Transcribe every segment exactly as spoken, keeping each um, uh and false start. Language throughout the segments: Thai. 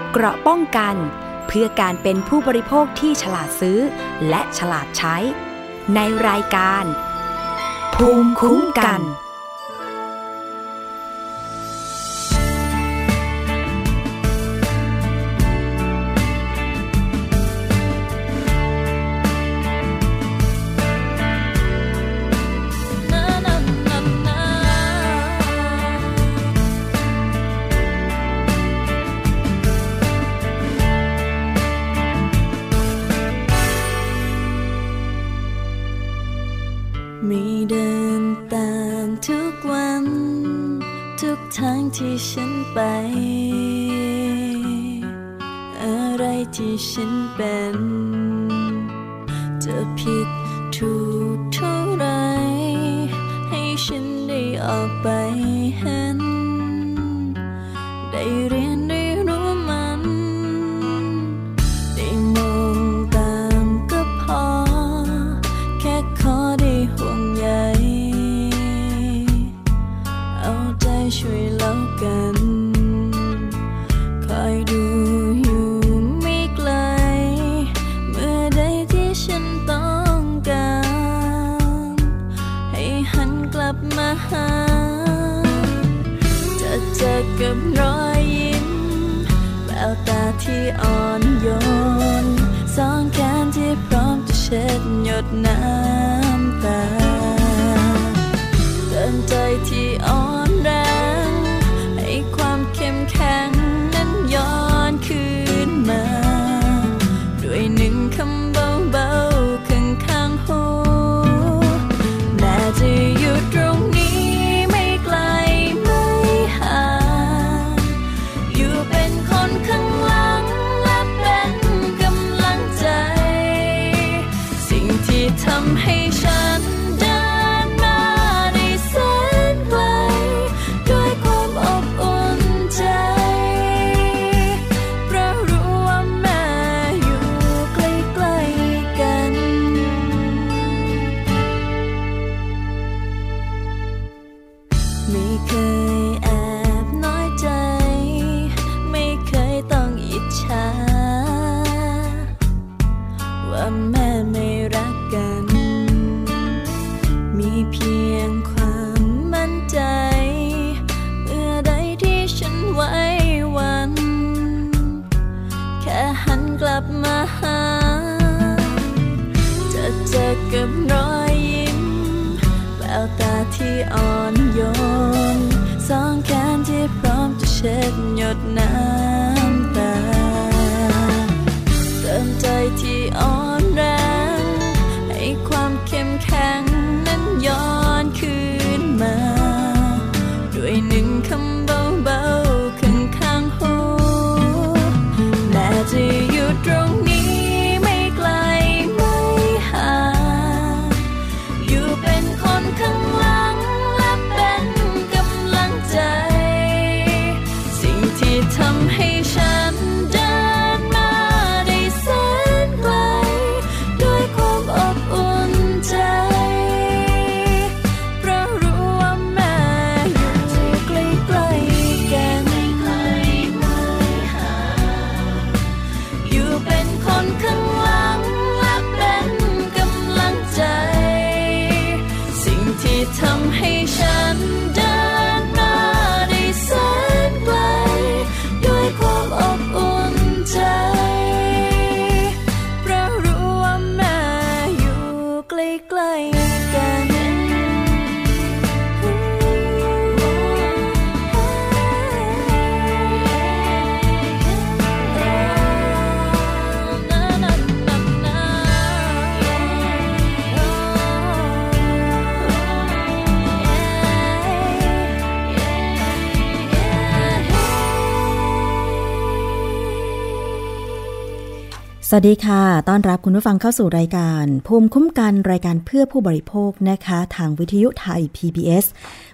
เกราะป้องกันเพื่อการเป็นผู้บริโภคที่ฉลาดซื้อและฉลาดใช้ในรายการภูมิคุ้มกันมีเดินตามทุกวันทุกทางที่ฉันไปอะไรที่ฉันเป็นจะผิดถูกเท่าไรให้ฉันได้ออกไปเห็นได้เรียนได้รู้มันได้มองตามก็พอแค่ขอได้ห่วงใยเอาใจช่วยแล้วกันคอยดูอยู่ไม่ไกลเมื่อใดที่ฉันต้องการให้หันกลับมาหาจะเจอกับรอยยิ้มแววตาที่อ่อนโยนสองแขนที่พร้อมจะเช็ดหยดน้ำตาเตือนใจที่อ่อนแรงให้ความเข้มแข็งนั้นย้อนคืนมาด้วยหนึ่งคำเบาๆข้างข้างหูแม้จะอยู่ตรงนี้ไม่ไกลไม่ห่างอยู่เป็นคนข้างหลังและเป็นกำลังใจสิ่งที่ทำให้ฉันเดินมาได้แสนไกลด้วยความอบอุ่นใจเพราะรู้ว่าแม่อยู่ใกล้ๆกันไม่เคยแอบน้อยใจไม่เคยต้องอิจฉาว่าแม่ไม่รักกันมีเพียงความมั่นใจเมื่อใดที่ฉันไว้วันแค่หันกลับมาหาจะเจอกับรอยยิ้มแววตาที่อ่อนโยนสองแขนที่พร้อมจะเช็ดหยดน้ำตาเติมใจที่อ่อนแรงให้ความเข้มแข็งนั้นย้อนคืนมาด้วยหนึ่งคำเบาๆข้างข้างหูแม้จะอยู่ตรงนี้ไม่ไกลไม่ห่างอยู่เป็นคนข้างหลังและเป็นกำลังใจสิ่งที่ทำให้ฉันเดินมาได้แสนไกลด้วยความอบอุ่นใจเพราะรู้ว่าแม่อยู่ใกล้ๆกันอยู่เป็นคนข้างหลังและเป็นกำลังใจสิ่งที่ทำให้ฉันเดินมาได้แสนไกลด้วยความอบอุ่นใจเพราะรู้ว่าแม่อยู่ใกล้ๆกันสวัสดีค่ะต้อนรับคุณผู้ฟังเข้าสู่รายการภูมิคุ้มกันรายการเพื่อผู้บริโภคนะคะทางวิทยุไทย พี บี เอส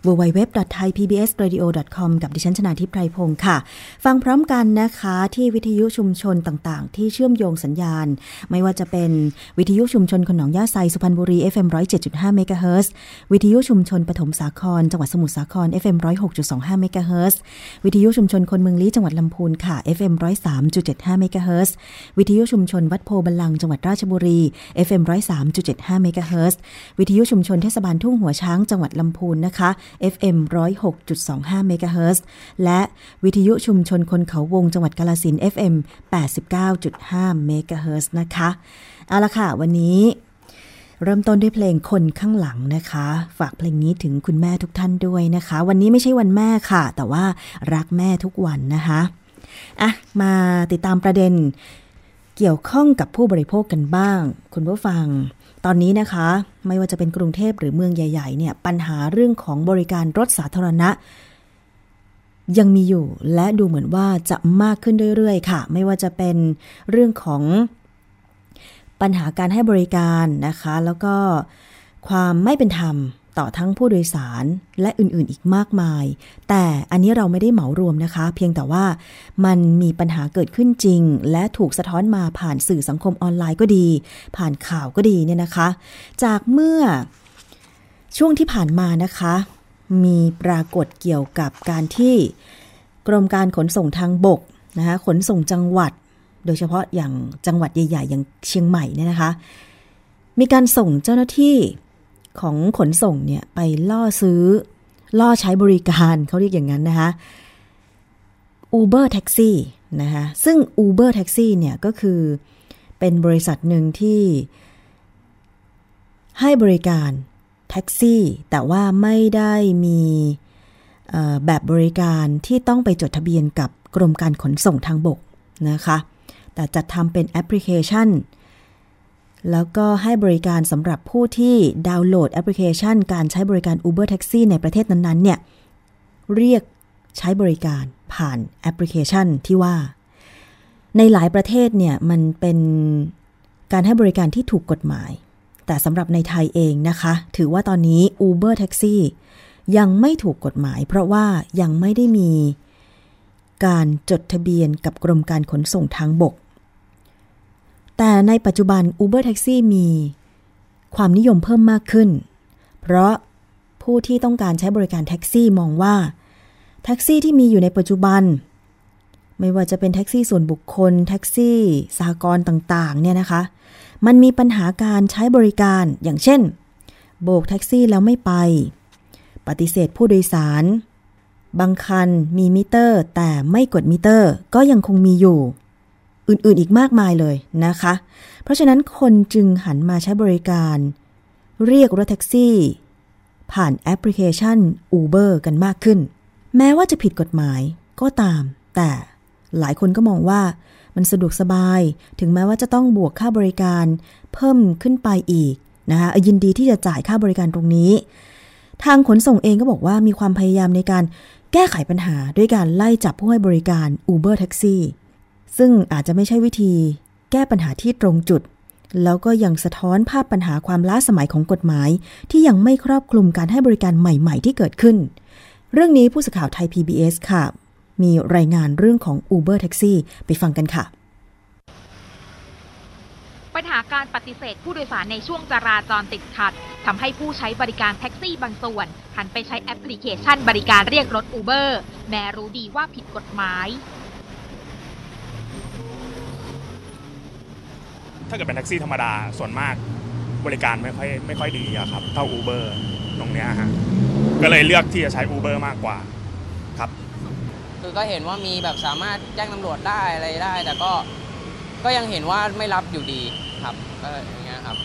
ดับเบิลยู ดับเบิลยู ดับเบิลยู ดอท ไทย พี บี เอส เรดิโอ ดอท คอม กับดิฉันชนาธิป ไพรพงศ์ค่ะฟังพร้อมกันนะคะที่วิทยุชุมชนต่างๆที่เชื่อมโยงสัญญาณไม่ว่าจะเป็นวิทยุชุมชนคนหนองย่าไซสุพรรณบุรี เอฟ เอ็ม หนึ่งร้อยเจ็ดจุดห้า เมกะเฮิรตซ์วิทยุชุมชนปฐมสาครจังหวัดสมุทรสาคร เอฟ เอ็ม หนึ่งร้อยหกจุดสองห้า เมกะเฮิรตซ์วิทยุชุมชนคนเมืองลี้จังหวัดลำพูนค่ะ เอฟ เอ็ม หนึ่งร้อยสามจุดเจ็ดห้า เมกะเฮิรตซ์วิทยุชุมชนวัดโพบัลลังก์จังหวัดราชบุรี เอฟ เอ็ม หนึ่งร้อยสามจุดเจ็ดห้า เมกะเฮิรตซ์วิทยุชุมชนเทศบาลทุ่งหัวช้างจังหวัดลำพูนนะคะ เอฟ เอ็ม หนึ่งร้อยหกจุดสองห้า เมกะเฮิรตซ์และวิทยุชุมชนคนเขาวงจังหวัดกาฬสินธุ์ เอฟ เอ็ม แปดสิบเก้าจุดห้า เมกะเฮิรตซ์นะคะเอาละค่ะวันนี้เริ่มต้นด้วยเพลงคนข้างหลังนะคะฝากเพลงนี้ถึงคุณแม่ทุกท่านด้วยนะคะวันนี้ไม่ใช่วันแม่ค่ะแต่ว่ารักแม่ทุกวันนะคะอ่ะมาติดตามประเด็นเกี่ยวข้องกับผู้บริโภคกันบ้างคุณผู้ฟังตอนนี้นะคะไม่ว่าจะเป็นกรุงเทพหรือเมืองใหญ่ๆเนี่ยปัญหาเรื่องของบริการรถสาธารณะยังมีอยู่และดูเหมือนว่าจะมากขึ้นเรื่อยๆค่ะไม่ว่าจะเป็นเรื่องของปัญหาการให้บริการนะคะแล้วก็ความไม่เป็นธรรมต่อทั้งผู้โดยสารและอื่นๆอีกมากมายแต่อันนี้เราไม่ได้เหมารวมนะคะเพียงแต่ว่ามันมีปัญหาเกิดขึ้นจริงและถูกสะท้อนมาผ่านสื่อสังคมออนไลน์ก็ดีผ่านข่าวก็ดีเนี่ยนะคะจากเมื่อช่วงที่ผ่านมานะคะมีปรากฏเกี่ยวกับการที่กรมการขนส่งทางบกนะคะขนส่งจังหวัดโดยเฉพาะอย่างจังหวัดใหญ่ๆอย่างเชียงใหม่เนี่ยนะคะมีการส่งเจ้าหน้าที่ของขนส่งเนี่ยไปล่อซื้อล่อใช้บริการเขาเรียกอย่างนั้นนะคะ Uber Taxi นะคะซึ่ง Uber Taxi เนี่ยก็คือเป็นบริษัทหนึ่งที่ให้บริการแท็กซี่แต่ว่าไม่ได้มีแบบบริการที่ต้องไปจดทะเบียนกับกรมการขนส่งทางบกนะคะแต่จัดทำเป็นแอปพลิเคชันแล้วก็ให้บริการสำหรับผู้ที่ดาวน์โหลดแอปพลิเคชันการใช้บริการ Uber Taxi ในประเทศนั้นๆเนี่ยเรียกใช้บริการผ่านแอปพลิเคชันที่ว่าในหลายประเทศเนี่ยมันเป็นการให้บริการที่ถูกกฎหมายแต่สำหรับในไทยเองนะคะถือว่าตอนนี้ Uber Taxi ยังไม่ถูกกฎหมายเพราะว่ายังไม่ได้มีการจดทะเบียนกับกรมการขนส่งทางบกแต่ในปัจจุบัน Uber Taxi มีความนิยมเพิ่มมากขึ้นเพราะผู้ที่ต้องการใช้บริการแท็กซี่มองว่าแท็กซี่ที่มีอยู่ในปัจจุบันไม่ว่าจะเป็นแท็กซี่ส่วนบุคคลแท็กซี่สหกรณ์ต่างๆเนี่ยนะคะมันมีปัญหาการใช้บริการอย่างเช่นโบกแท็กซี่แล้วไม่ไปปฏิเสธผู้โดยสารบางคันมีมิเตอร์แต่ไม่กดมิเตอร์ก็ยังคงมีอยู่อื่นๆอีกมากมายเลยนะคะเพราะฉะนั้นคนจึงหันมาใช้บริการเรียกรถแท็กซี่ผ่านแอปพลิเคชัน Uber กันมากขึ้นแม้ว่าจะผิดกฎหมายก็ตามแต่หลายคนก็มองว่ามันสะดวกสบายถึงแม้ว่าจะต้องบวกค่าบริการเพิ่มขึ้นไปอีกนะคะยินดีที่จะจ่ายค่าบริการตรงนี้ทางขนส่งเองก็บอกว่ามีความพยายามในการแก้ไขปัญหาด้วยการไล่จับผู้ให้บริการ Uber Taxi ซึ่งอาจจะไม่ใช่วิธีแก้ปัญหาที่ตรงจุดแล้วก็ยังสะท้อนภาพปัญหาความล้าสมัยของกฎหมายที่ยังไม่ครอบคลุมการให้บริการใหม่ๆที่เกิดขึ้นเรื่องนี้ผู้สื่อข่าวไทย พี บี เอส ค่ะมีรายงานเรื่องของ Uber Taxi ไปฟังกันค่ะปัญหาการปฏิเสธผู้โดยสารในช่วงจราจรติดขัดทำให้ผู้ใช้บริการแท็กซี่บางส่วนหันไปใช้แอปพลิเคชันบริการเรียกรถ Uber แม้รู้ดีว่าผิดกฎหมายถ้าเกิดเป็นแท็กซี่ธรรมดาส่วนมากบริการไม่ค่อยไม่ค่อยดีอะครับเท่า Uber ตรงเนี้ยฮะก็เลยเลือกที่จะใช้ Uber มากกว่าครับคือก็เห็นว่ามีแบบสามารถแจ้งตำรวจได้อะไรได้แต่ก็ก็ยังเห็นว่าไม่รับอยู่ดีครับก็อย่างเงี้ยครับ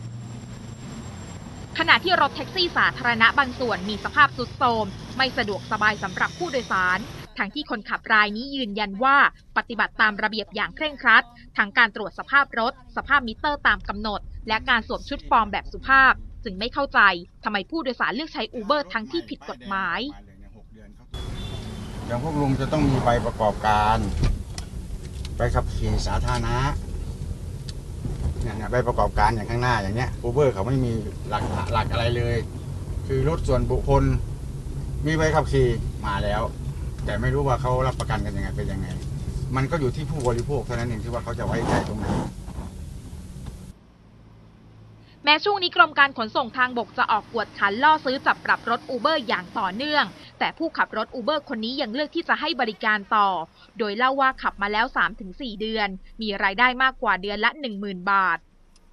ขณะที่รถแท็กซี่สาธารณะบางส่วนมีสภาพทรุดโทรมไม่สะดวกสบายสำหรับผู้โดยสารทั้งที่คนขับรายนี้ยืนยันว่าปฏิบัติตามระเบียบอย่างเคร่งครัดทั้งการตรวจสภาพรถสภาพมิเตอร์ตามกำหนดและการสวมชุดฟอร์มแบบสุภาพจึงไม่เข้าใจทำไมผู้โดยสารเลือกใช้ Uber ทั้งที่ผิดกฎหมายอย่างพวกลุงจะต้องมีใบประกอบการใบขับขี่สาธารณะเนี่ยใบประกอบการอย่างข้างหน้าอย่างเนี้ย Uber เขาไม่มีหลักหลักอะไรเลยคือรถส่วนบุคคลมีใบขับขี่มาแล้วแต่ไม่รู้ว่าเขารับประกันกันยังไงเป็นยังไงมันก็อยู่ที่ผู้บริโภคเท่านั้นเองที่ว่าเขาจะไว้ใจตรงไหนแม้ช่วงนี้กรมการขนส่งทางบกจะออกกวดขันล่อซื้อจับปรับรถ Uber อย่างต่อเนื่องแต่ผู้ขับรถ Uber คนนี้ยังเลือกที่จะให้บริการต่อโดยเล่าว่าขับมาแล้ว สามถึงสี่ เดือนมีรายได้มากกว่าเดือนละ หนึ่งหมื่น บาท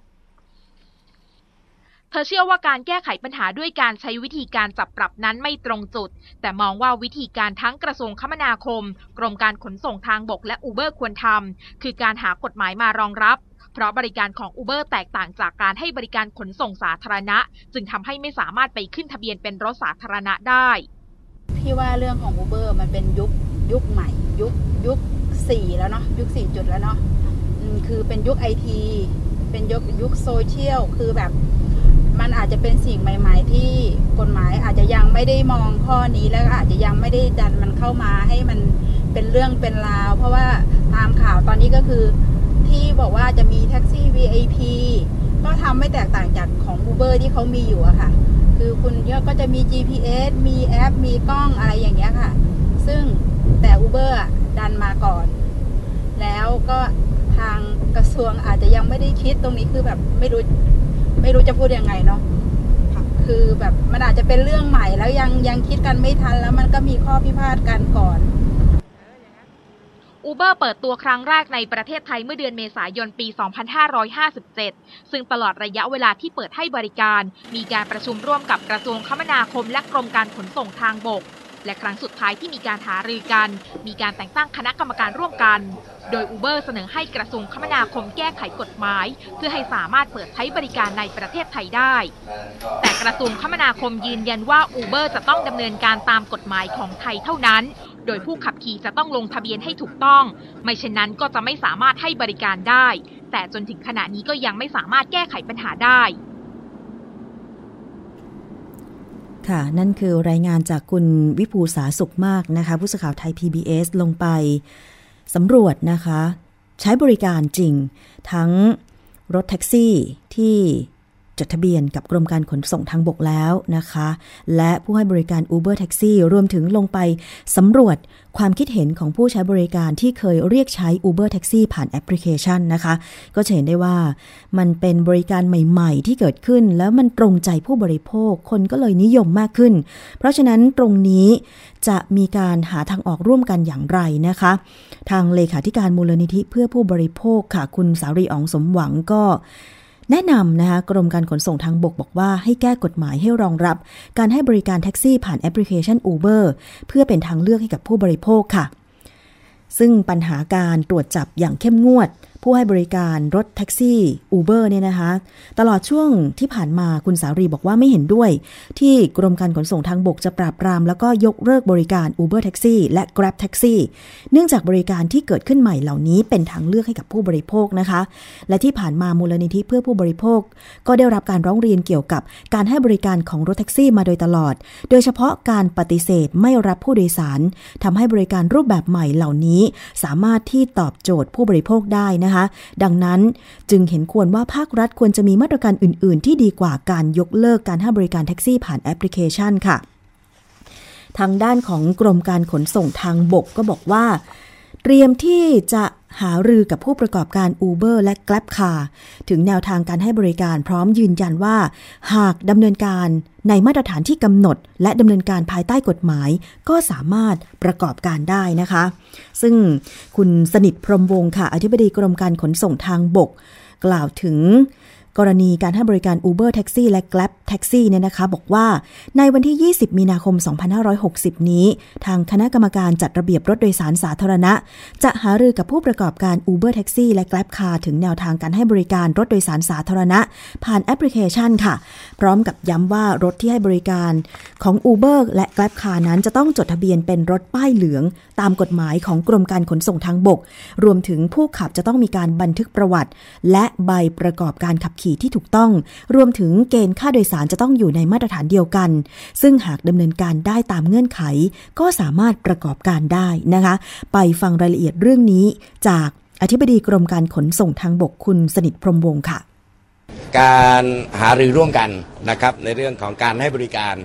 เธอเชื่อว่าการแก้ไขปัญหาด้วยการใช้วิธีการจับปรับนั้นไม่ตรงจุดแต่มองว่าวิธีการทั้งกระทรวงคมนาคมกรมการขนส่งทางบกและ Uber ควรทำคือการหากฎหมายมารองรับเพราะบริการของ Uber แตกต่างจากการให้บริการขนส่งสาธารณะจึงทำให้ไม่สามารถไปขึ้นทะเบียนเป็นรถสาธารณะได้พี่ว่าเรื่องของ Uber มันเป็นยุคยุคใหม่ยุคยุคสี่แล้วเนาะยุคสี่จุดแล้วเนาะคือเป็นยุคไอทีเป็นยุคยุคโซเชียลคือแบบมันอาจจะเป็นสิ่งใหม่ๆที่กฎหมายอาจจะยังไม่ได้มองข้อนี้แล้วอาจจะยังไม่ได้ดันมันเข้ามาให้มันเป็นเรื่องเป็นราวเพราะว่าตามข่าวตอนนี้ก็คือที่บอกว่าจะมีแท็กซี่ วี ไอ พี ก็ทำไม่แตกต่างจากของ Uber ที่เขามีอยู่อะค่ะคือคุณก็จะมี จี พี เอส มีแอปมีกล้องอะไรอย่างเงี้ยค่ะซึ่งแต่ Uber ดันมาก่อนแล้วก็ทางกระทรวงอาจจะยังไม่ได้คิดตรงนี้คือแบบไม่รู้ไม่รู้จะพูดยังไงเนาะคือแบบมันอาจจะเป็นเรื่องใหม่แล้วยังยังคิดกันไม่ทันแล้วมันก็มีข้อพิพาทกันก่อน Uber เปิดตัวครั้งแรกในประเทศไทยเมื่อเดือนเมษายนปี สองพันห้าร้อยห้าสิบเจ็ด ซึ่งตลอดระยะเวลาที่เปิดให้บริการมีการประชุมร่วมกับกระทรวงคมนาคมและกรมการขนส่งทางบกและครั้งสุดท้ายที่มีการหารือกันมีการแต่งตั้งคณะกรรมการร่วมกันโดย Uber เสนอให้กระทรวงคมนาคมแก้ไขกฎหมายเพื่อให้สามารถเปิดใช้บริการในประเทศไทยได้แต่กระทรวงคมนาคมยืนยันว่า Uber จะต้องดำเนินการตามกฎหมายของไทยเท่านั้นโดยผู้ขับขี่จะต้องลงทะเบียนให้ถูกต้องไม่เช่นนั้นก็จะไม่สามารถให้บริการได้แต่จนถึงขณะนี้ก็ยังไม่สามารถแก้ไขปัญหาได้ค่ะนั่นคือรายงานจากคุณวิภูษาสุขมากนะคะผู้สื่อข่าวไทย พี บี เอส ลงไปสำรวจนะคะใช้บริการจริงทั้งรถแท็กซี่ที่จดทะเบียนกับกรมการขนส่งทางบกแล้วนะคะและผู้ให้บริการ Uber Taxi รวมถึงลงไปสำรวจความคิดเห็นของผู้ใช้บริการที่เคยเรียกใช้ Uber Taxi ผ่านแอปพลิเคชันนะคะก็จะเห็นได้ว่ามันเป็นบริการใหม่ๆที่เกิดขึ้นแล้วมันตรงใจผู้บริโภคคนก็เลยนิยมมากขึ้นเพราะฉะนั้นตรงนี้จะมีการหาทางออกร่วมกันอย่างไรนะคะทางเลขาธิการมูลนิธิเพื่อผู้บริโภคค่ะคุณสารีอ๋องสมหวังก็แนะนำนะคะกรมการขนส่งทางบกบอกว่าให้แก้กฎหมายให้รองรับการให้บริการแท็กซี่ผ่านแอปพลิเคชัน Uber เพื่อเป็นทางเลือกให้กับผู้บริโภคค่ะซึ่งปัญหาการตรวจจับอย่างเข้มงวดผู้ให้บริการรถแท็กซี่ Uber เนี่ยนะคะตลอดช่วงที่ผ่านมาคุณสารีบอกว่าไม่เห็นด้วยที่กรมการขนส่งทางบกจะปราบปรามแล้วก็ยกเลิกบริการ Uber Taxi และ Grab Taxi เนื่องจากบริการที่เกิดขึ้นใหม่เหล่านี้เป็นทางเลือกให้กับผู้บริโภคนะคะและที่ผ่านมามูลนิธิเพื่อผู้บริโภคก็ได้รับการร้องเรียนเกี่ยวกับการให้บริการของรถแท็กซี่มาโดยตลอดโดยเฉพาะการปฏิเสธไม่รับผู้โดยสารทำให้บริการรูปแบบใหม่เหล่านี้สามารถที่ตอบโจทย์ผู้บริโภคได้นะคะดังนั้นจึงเห็นควรว่าภาครัฐควรจะมีมาตรการอื่นๆที่ดีกว่าการยกเลิกการให้บริการแท็กซี่ผ่านแอปพลิเคชันค่ะทางด้านของกรมการขนส่งทางบกก็บอกว่าเตรียมที่จะหารือกับผู้ประกอบการ Uber และ Grab Car ถึงแนวทางการให้บริการพร้อมยืนยันว่าหากดำเนินการในมาตรฐานที่กำหนดและดำเนินการภายใต้กฎหมายก็สามารถประกอบการได้นะคะซึ่งคุณสนิทพรหมวงศ์ค่ะอธิบดีกรมการขนส่งทางบกกล่าวถึงกรณีการให้บริการ Uber Taxi และ Grab Taxi เนี่ยนะคะบอกว่าในวันที่ยี่สิบมีนาคมสองพันห้าร้อยหกสิบนี้ทางคณะกรรมการจัดระเบียบรถโดยสารสาธารณะจะหารือกับผู้ประกอบการ Uber Taxi และ Grab Car ถึงแนวทางการให้บริการรถโดยสารสาธารณะผ่านแอปพลิเคชันค่ะพร้อมกับย้ำว่ารถที่ให้บริการของ Uber และ Grab Car นั้นจะต้องจดทะเบียนเป็นรถป้ายเหลืองตามกฎหมายของกรมการขนส่งทางบกรวมถึงผู้ขับจะต้องมีการบันทึกประวัติและใบประกอบการขับขี่ที่ถูกต้องรวมถึงเกณฑ์ค่าโดยสารจะต้องอยู่ในมาตรฐานเดียวกันซึ่งหากดำเนินการได้ตามเงื่อนไขก็สามารถประกอบการได้นะคะไปฟังรายละเอียดเรื่องนี้จากอธิบดีกรมการขนส่งทางบกคุณสนิทพรหมวงศ์ค่ะการหารือร่วมกันนะครับในเรื่องของการให้บริการ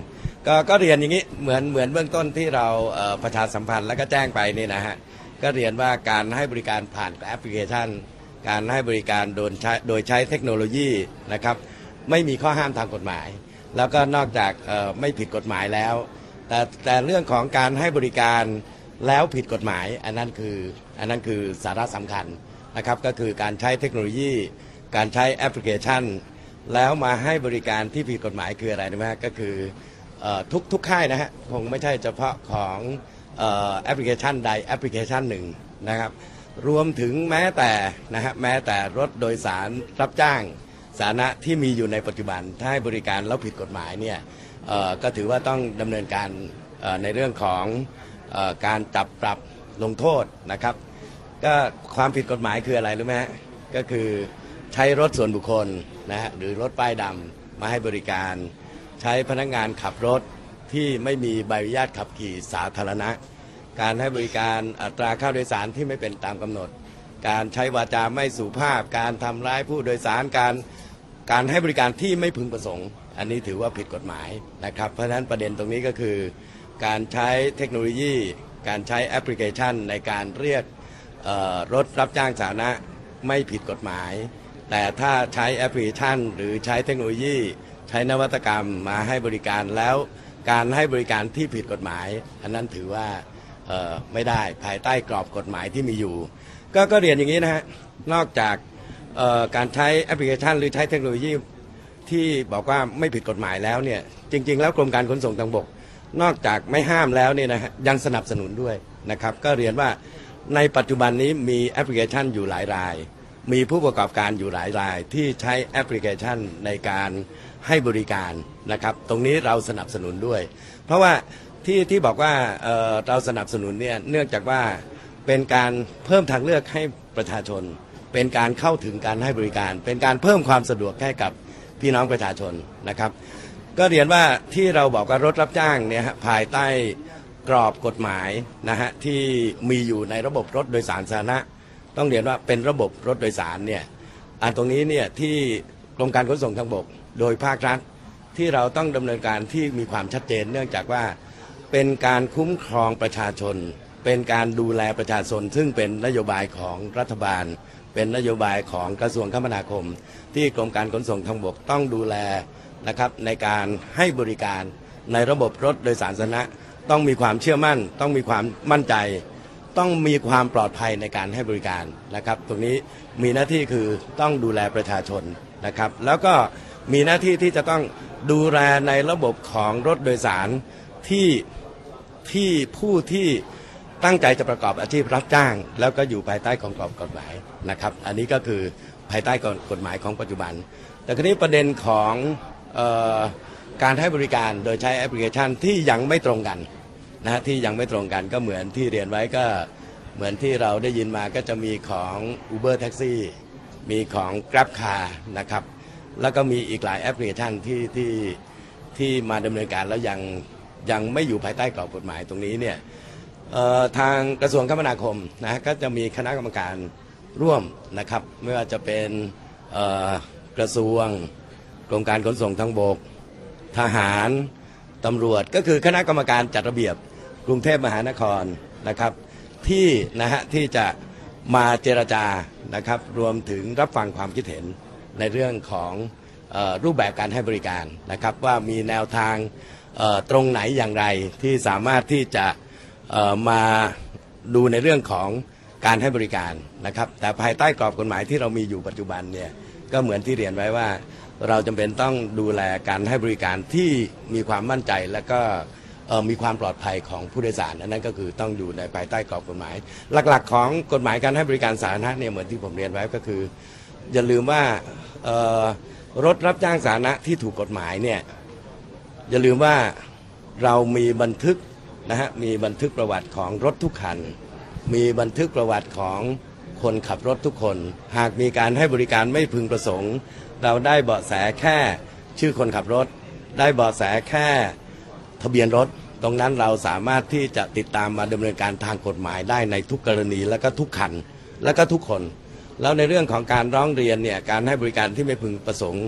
ก็ก็เรียนอย่างนี้เหมือนเหมือนเบื้องต้นที่เราประชาสัมพันธ์แล้วก็แจ้งไปนี่นะฮะก็เรียนว่าการให้บริการผ่านแอปพลิเคชันการให้บริการโดยใช้โดยใช้เทคโนโลยีนะครับไม่มีข้อห้ามทางกฎหมายแล้วก็นอกจากไม่ผิดกฎหมายแล้วแต่แต่เรื่องของการให้บริการแล้วผิดกฎหมายอันนั้นคืออันนั้นคือสาระสำคัญนะครับก็คือการใช้เทคโนโลยีการใช้แอปพลิเคชันแล้วมาให้บริการที่ผิดกฎหมายคืออะไรนะฮะก็คือทุกทุกค่ายนะฮะคงไม่ใช่เฉพาะของแอปพลิเคชันใดแอปพลิเคชันหนึ่งนะครับรวมถึงแม้แต่นะฮะแม้แต่รถโดยสารรับจ้างสาธารณะที่มีอยู่ในปัจจุบันถ้าให้บริการแล้วผิดกฎหมายเนี่ยก็ถือว่าต้องดำเนินการในเรื่องของการจับปรับลงโทษนะครับก็ความผิดกฎหมายคืออะไรรู้ไหมฮะก็คือใช้รถส่วนบุคคลนะฮะหรือรถป้ายดำมาให้บริการใช้พนักงานขับรถที่ไม่มีใบอนุญาตขับขี่สาธารณะการให้บริการอัตราค่าโดยสารที่ไม่เป็นตามกำหนดการใช้วาจาไม่สุภาพการทำร้ายผู้โดยสารการการให้บริการที่ไม่พึงประสงค์อันนี้ถือว่าผิดกฎหมายนะครับเพราะฉะนั้นประเด็นตรงนี้ก็คือการใช้เทคโนโลยีการใช้แอปพลิเคชันในการเรียกรถรับจ้างสาธารณะไม่ผิดกฎหมายแต่ถ้าใช้แอปพลิเคชันหรือใช้เทคโนโลยีใช้นวัตกรรมมาให้บริการแล้วการให้บริการที่ผิดกฎหมายอันนั้นถือว่าไม่ได้ภายใต้กรอบกฎหมายที่มีอยู่ก็ก็เรียนอย่างนี้นะฮะนอกจากการใช้แอปพลิเคชันหรือใช้เทคโนโลยีที่บอกว่าไม่ผิดกฎหมายแล้วเนี่ยจริงๆแล้วกรมการขนส่งทางบกนอกจากไม่ห้ามแล้วเนี่ยนะฮะยังสนับสนุนด้วยนะครับก็เรียนว่าในปัจจุบันนี้มีแอปพลิเคชันอยู่หลายรายมีผู้ประกอบการอยู่หลายรายที่ใช้แอปพลิเคชันในการให้บริการนะครับตรงนี้เราสนับสนุนด้วยเพราะว่าที่ที่บอกว่า เอ่อ เราสนับสนุนเนี่ยเนื่องจากว่าเป็นการเพิ่มทางเลือกให้ประชาชนเป็นการเข้าถึงการให้บริการเป็นการเพิ่มความสะดวกให้กับพี่น้องประชาชนนะครับก็เรียนว่าที่เราบอกว่ารถรับจ้างเนี่ยภายใต้กรอบกฎหมายนะฮะที่มีอยู่ในระบบรถโดยสารสาธารณะต้องเรียนว่าเป็นระบบรถโดยสารเนี่ยอันตรงนี้เนี่ยที่กรมการขนส่งทางบกโดยภาครัฐที่เราต้องดำเนินการที่มีความชัดเจนเนื่องจากว่าเป็นการคุ้มครองประชาชนเป็นการดูแลประชาชนซึ่งเป็นนโยบายของรัฐบาลเป็นนโยบายของกระทรวงคมนาคมที่กรมการขนส่งทางบกต้องดูแลนะครับในการให้บริการในระบบรถโดยสารสาธารณะต้องมีความเชื่อมั่นต้องมีความมั่นใจต้องมีความปลอดภัยในการให้บริการนะครับตรงนี้มีหน้าที่คือต้องดูแลประชาชนนะครับแล้วก็มีหน้าที่ที่จะต้องดูแลในระบบของรถโดยสารที่ที่ผู้ที่ตั้งใจจะประกอบอาชีพรับจ้างแล้วก็อยู่ภายใต้ของกรอบกฎหมายนะครับอันนี้ก็คือภายใต้กฎหมายของปัจจุบันแต่คราวนี้ประเด็นของเอ่อการให้บริการโดยใช้แอปพลิเคชันที่ยังไม่ตรงกันนะที่ยังไม่ตรงกันก็เหมือนที่เรียนไว้ก็เหมือนที่เราได้ยินมาก็จะมีของ Uber Taxi มีของ Grab Car นะครับแล้วก็มีอีกหลายแอปพลิเคชันที่ที่ที่มาดำเนินการแล้วยังยังไม่อยู่ภายใต้กรอบกฎหมายตรงนี้เนี่ยทางกระทรวงคมนาคมนะก็จะมีคณะกรรมการร่วมนะครับไม่ว่าจะเป็นกระทรวงกรมการขนส่งทางบกทหารตำรวจก็คือคณะกรรมการจัดระเบียบกรุงเทพมหานครนะครับที่นะฮะที่จะมาเจรจานะครับรวมถึงรับฟังความคิดเห็นในเรื่องของเอ่อรูปแบบการให้บริการนะครับว่ามีแนวทางเอ่อตรงไหนอย่างไรที่สามารถที่จะเอ่อมาดูในเรื่องของการให้บริการนะครับแต่ภายใต้กรอบกฎหมายที่เรามีอยู่ปัจจุบันเนี่ยก็เหมือนที่เรียนไว้ว่าเราจำเป็นต้องดูแลการให้บริการที่มีความมั่นใจและก็มีความปลอดภัยของผู้โดยสารอันนั้นก็คือต้องอยู่ในภายใต้กรอบกฎหมายหลักๆของกฎหมายการให้บริการสาธารณะเนี่ยเหมือนที่ผมเรียนไว้ก็คืออย่าลืมว่ารถรับจ้างสาธารณะที่ถูกกฎหมายเนี่ยอย่าลืมว่าเรามีบันทึกนะฮะมีบันทึกประวัติของรถทุกคันมีบันทึกประวัติของคนขับรถทุกคนหากมีการให้บริการไม่พึงประสงค์เราได้เบาะแสแค่ชื่อคนขับรถได้เบาะแสแค่ทะเบียนรถตรงนั้นเราสามารถที่จะติดตามมาดำเนินการทางกฎหมายได้ในทุกกรณีและก็ทุกคันและก็ทุกคนแล้วในเรื่องของการร้องเรียนเนี่ยการให้บริการที่ไม่พึงประสงค์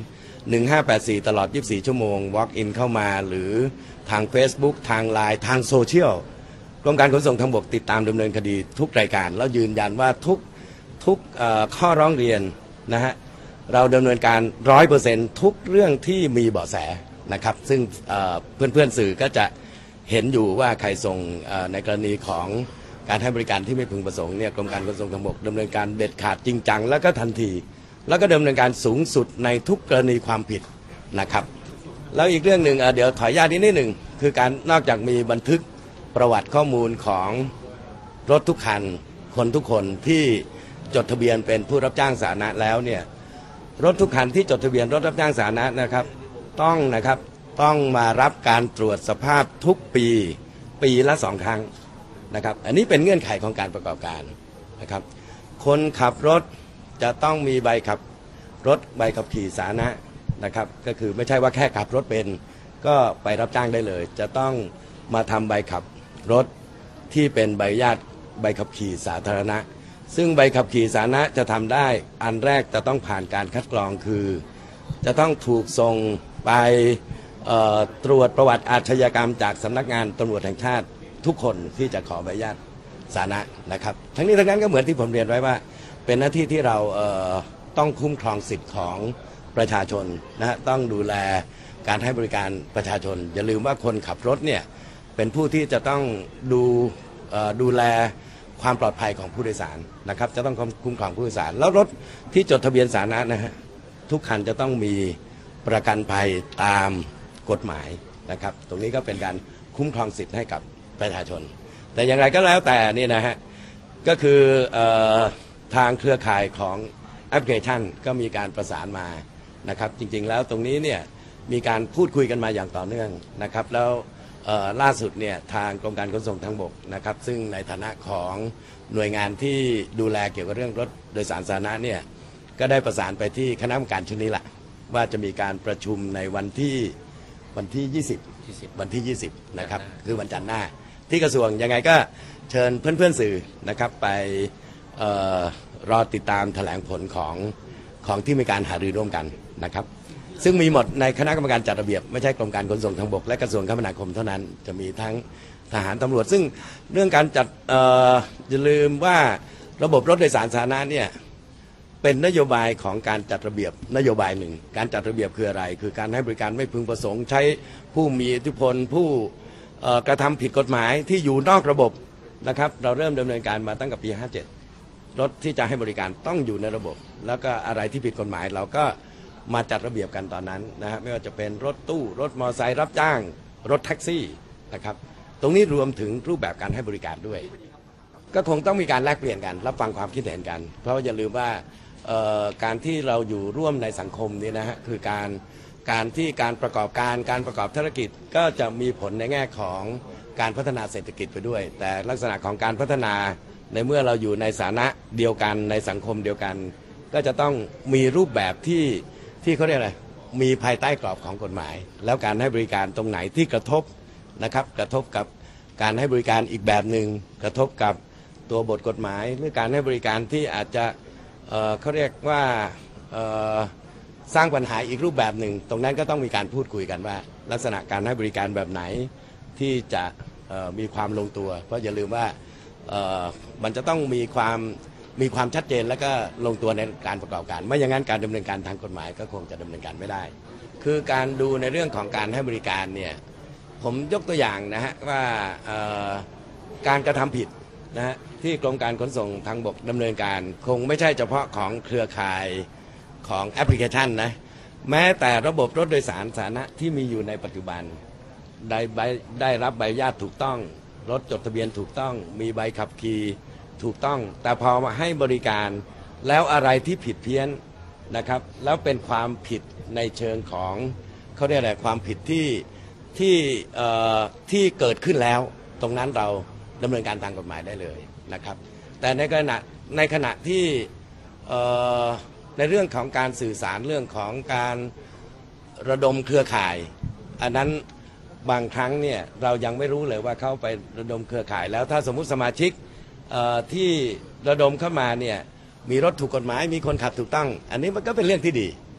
หนึ่งห้าแปดสี่ตลอดยี่สิบสี่ชั่วโมง walk in เข้ามาหรือทาง Facebook ทาง ไลน์ ทางโซเชียลกรมการขนส่งทางบกติดตามดำเนินคดีทุกรายการแล้วยืนยันว่าทุกทุกข้อร้องเรียนนะฮะเราดำเนินการ ร้อยเปอร์เซ็นต์ ทุกเรื่องที่มีเบาะแสนะครับซึ่งเพื่อนๆสื่อก็จะเห็นอยู่ว่าใครส่งในกรณีของการให้บริการที่ไม่พึงประสงค์เนี่ยกรมการขนส่งทางบกดำเนินการเด็ดขาดจริงจังแล้วก็ทันทีแล้วก็ดำเนินการสูงสุดในทุกกรณีความผิดนะครับแล้วอีกเรื่องหนึ่งเดี๋ยวถอยญาตินิดหนึ่งคือการนอกจากมีบันทึกประวัติข้อมูลของรถทุกคันคนทุกคนที่จดทะเบียนเป็นผู้รับจ้างสาธารณะแล้วเนี่ยรถทุกคันที่จดทะเบียนรถรับจ้างสาธารณะนะครับต้องนะครับต้องมารับการตรวจสภาพทุกปีปีละสองครั้งนะครับอันนี้เป็นเงื่อนไขของการประกอบการนะครับคนขับรถจะต้องมีใบขับรถใบขับขี่สาธารณะนะครับก็คือไม่ใช่ว่าแค่ขับรถเป็นก็ไปรับจ้างได้เลยจะต้องมาทำใบขับรถที่เป็นใบอนุญาตใบขับขี่สาธารณะซึ่งใบขับขี่สาธารณะจะทำได้อันแรกจะต้องผ่านการคัดกรองคือจะต้องถูกส่งไปตรวจประวัติอาชญากรรมจากสำนักงานตำรวจแห่งชาติทุกคนที่จะขอใบอนุญาตสาธารณะนะครับทั้งนี้ทั้งนั้นก็เหมือนที่ผมเรียนไว้ว่าเป็นหน้าที่ที่เราเอ่อต้องคุ้มครองสิทธิ์ของประชาชนนะฮะต้องดูแลการให้บริการประชาชนอย่าลืมว่าคนขับรถเนี่ยเป็นผู้ที่จะต้องดูเอ่อดูแลความปลอดภัยของผู้โดยสารนะครับจะต้องคุ้มครองผู้โดยสารแล้วรถที่จดทะเบียนสาธารณะนะฮะทุกคันจะต้องมีประกันภัยตามกฎหมายนะครับตรงนี้ก็เป็นการคุ้มครองสิทธิ์ให้กับประชาชนแต่อย่างไรก็แล้วแต่นี่นะฮะก็คือเอ่อทางเครือข่ายของแอปพลิเคชันก็มีการประสานมานะครับจริงๆแล้วตรงนี้เนี่ยมีการพูดคุยกันมาอย่างต่อเนื่องนะครับแล้วล่าสุดเนี่ยทางกรมการขนส่งทางบกนะครับซึ่งในฐานะของหน่วยงานที่ดูแลเกี่ยวกับเรื่องรถโดยสารสาธารณะเนี่ยก็ได้ประสานไปที่คณะกรรมการชุดนี้แหละว่าจะมีการประชุมในวันที่วันที่ยี่สิบวันที่ยี่สิบนะครับคือวันจันทร์หน้าที่กระทรวงยังไงก็เชิญเพื่อนๆสื่อนะครับไปเอ่อรอติดตามแถลงผลของของที่มีการหารือร่วมกันนะครับซึ่งมีหมดในคณะกรรมการจัดระเบียบไม่ใช่กรมการขนส่งทางบกและกระทรวงคมนาคมเท่านั้นจะมีทั้งทหารตำรวจซึ่งเรื่องการจัดเอ่ออย่าลืมว่าระบบรถโดยสารสาธารณะเนี่ยเป็นนโยบายของการจัดระเบียบนโยบายหนึ่งการจัดระเบียบคืออะไรคือการให้บริการไม่พึงประสงค์ใช้ผู้มีอิทธิพลผู้กระทำผิดกฎหมายที่อยู่นอกระบบนะครับเราเริ่มดำเนินการมาตั้งแต่ปีห้าเจ็ดรถที่จะให้บริการต้องอยู่ในระบบแล้วก็อะไรที่ผิดกฎหมายเราก็มาจัดระเบียบกันตอนนั้นนะฮะไม่ว่าจะเป็นรถตู้รถมอเตอร์ไซค์รับจ้างรถแท็กซี่นะครับตรงนี้รวมถึงรูปแบบการให้บริการด้วยก็คงต้องมีการแลกเปลี่ยนกันรับฟังความคิดเห็นกันเพราะว่าอย่าลืมว่าการที่เราอยู่ร่วมในสังคมนี้นะฮะคือการการที่การประกอบการการประกอบธุรกิจก็จะมีผลในแง่ของการพัฒนาเศรษฐกิจไปด้วยแต่ลักษณะของการพัฒนาในเมื่อเราอยู่ในฐานะเดียวกันในสังคมเดียวกันก็จะต้องมีรูปแบบที่ที่เขาเรียกอะไรมีภายใต้กรอบของกฎหมายแล้วการให้บริการตรงไหนที่กระทบนะครับกระทบกับการให้บริการอีกแบบหนึ่งกระทบกับตัวบทกฎหมายหรือการให้บริการที่อาจจะเอ่อเขาเรียกว่าเอ่อสร้างปัญหาอีกรูปแบบหนึ่งตรงนั้นก็ต้องมีการพูดคุยกันว่าลักษณะการให้บริการแบบไหนที่จะมีความลงตัวเพราะอย่าลืมว่ามันจะต้องมีความมีความชัดเจนและก็ลงตัวในการประกอบการไม่อย่างนั้นการดำเนินการทางกฎหมายก็คงจะดำเนินการไม่ได้คือการดูในเรื่องของการให้บริการเนี่ยผมยกตัวอย่างนะฮะว่าการกระทำผิดนะฮะที่กรมการขนส่งทางบกดำเนินการคงไม่ใช่เฉพาะของเครือข่ายของแอปพลิเคชันนะแม้แต่ระบบรถโดยสารสาธารณะที่มีอยู่ในปัจจุบันได้ใบได้รับใบอนุญาตถูกต้องรถจดทะเบียนถูกต้องมีใบขับขี่ถูกต้องแต่พอมาให้บริการแล้วอะไรที่ผิดเพี้ยนนะครับแล้วเป็นความผิดในเชิงของเขาเรียกอะไรความผิดที่ที่เอ่อที่เกิดขึ้นแล้วตรงนั้นเราดำเนินการทางกฎหมายได้เลยนะครับแต่ในขณะในขณะที่เอ่อในเรื่องของการสื่อสารเรื่องของการระดมเครือข่ายอันนั้นบางครั้งเนี่ยเรายังไม่รู้เลยว่าเขาไประดมเครือข่ายแล้วถ้าสมมุติสมาชิกที่ระดมเข้ามาเนี่ยมีรถถูกกฎหมายมีคนขับถูกต้องอันนี้มันก็เป็นเรื่องที่ดี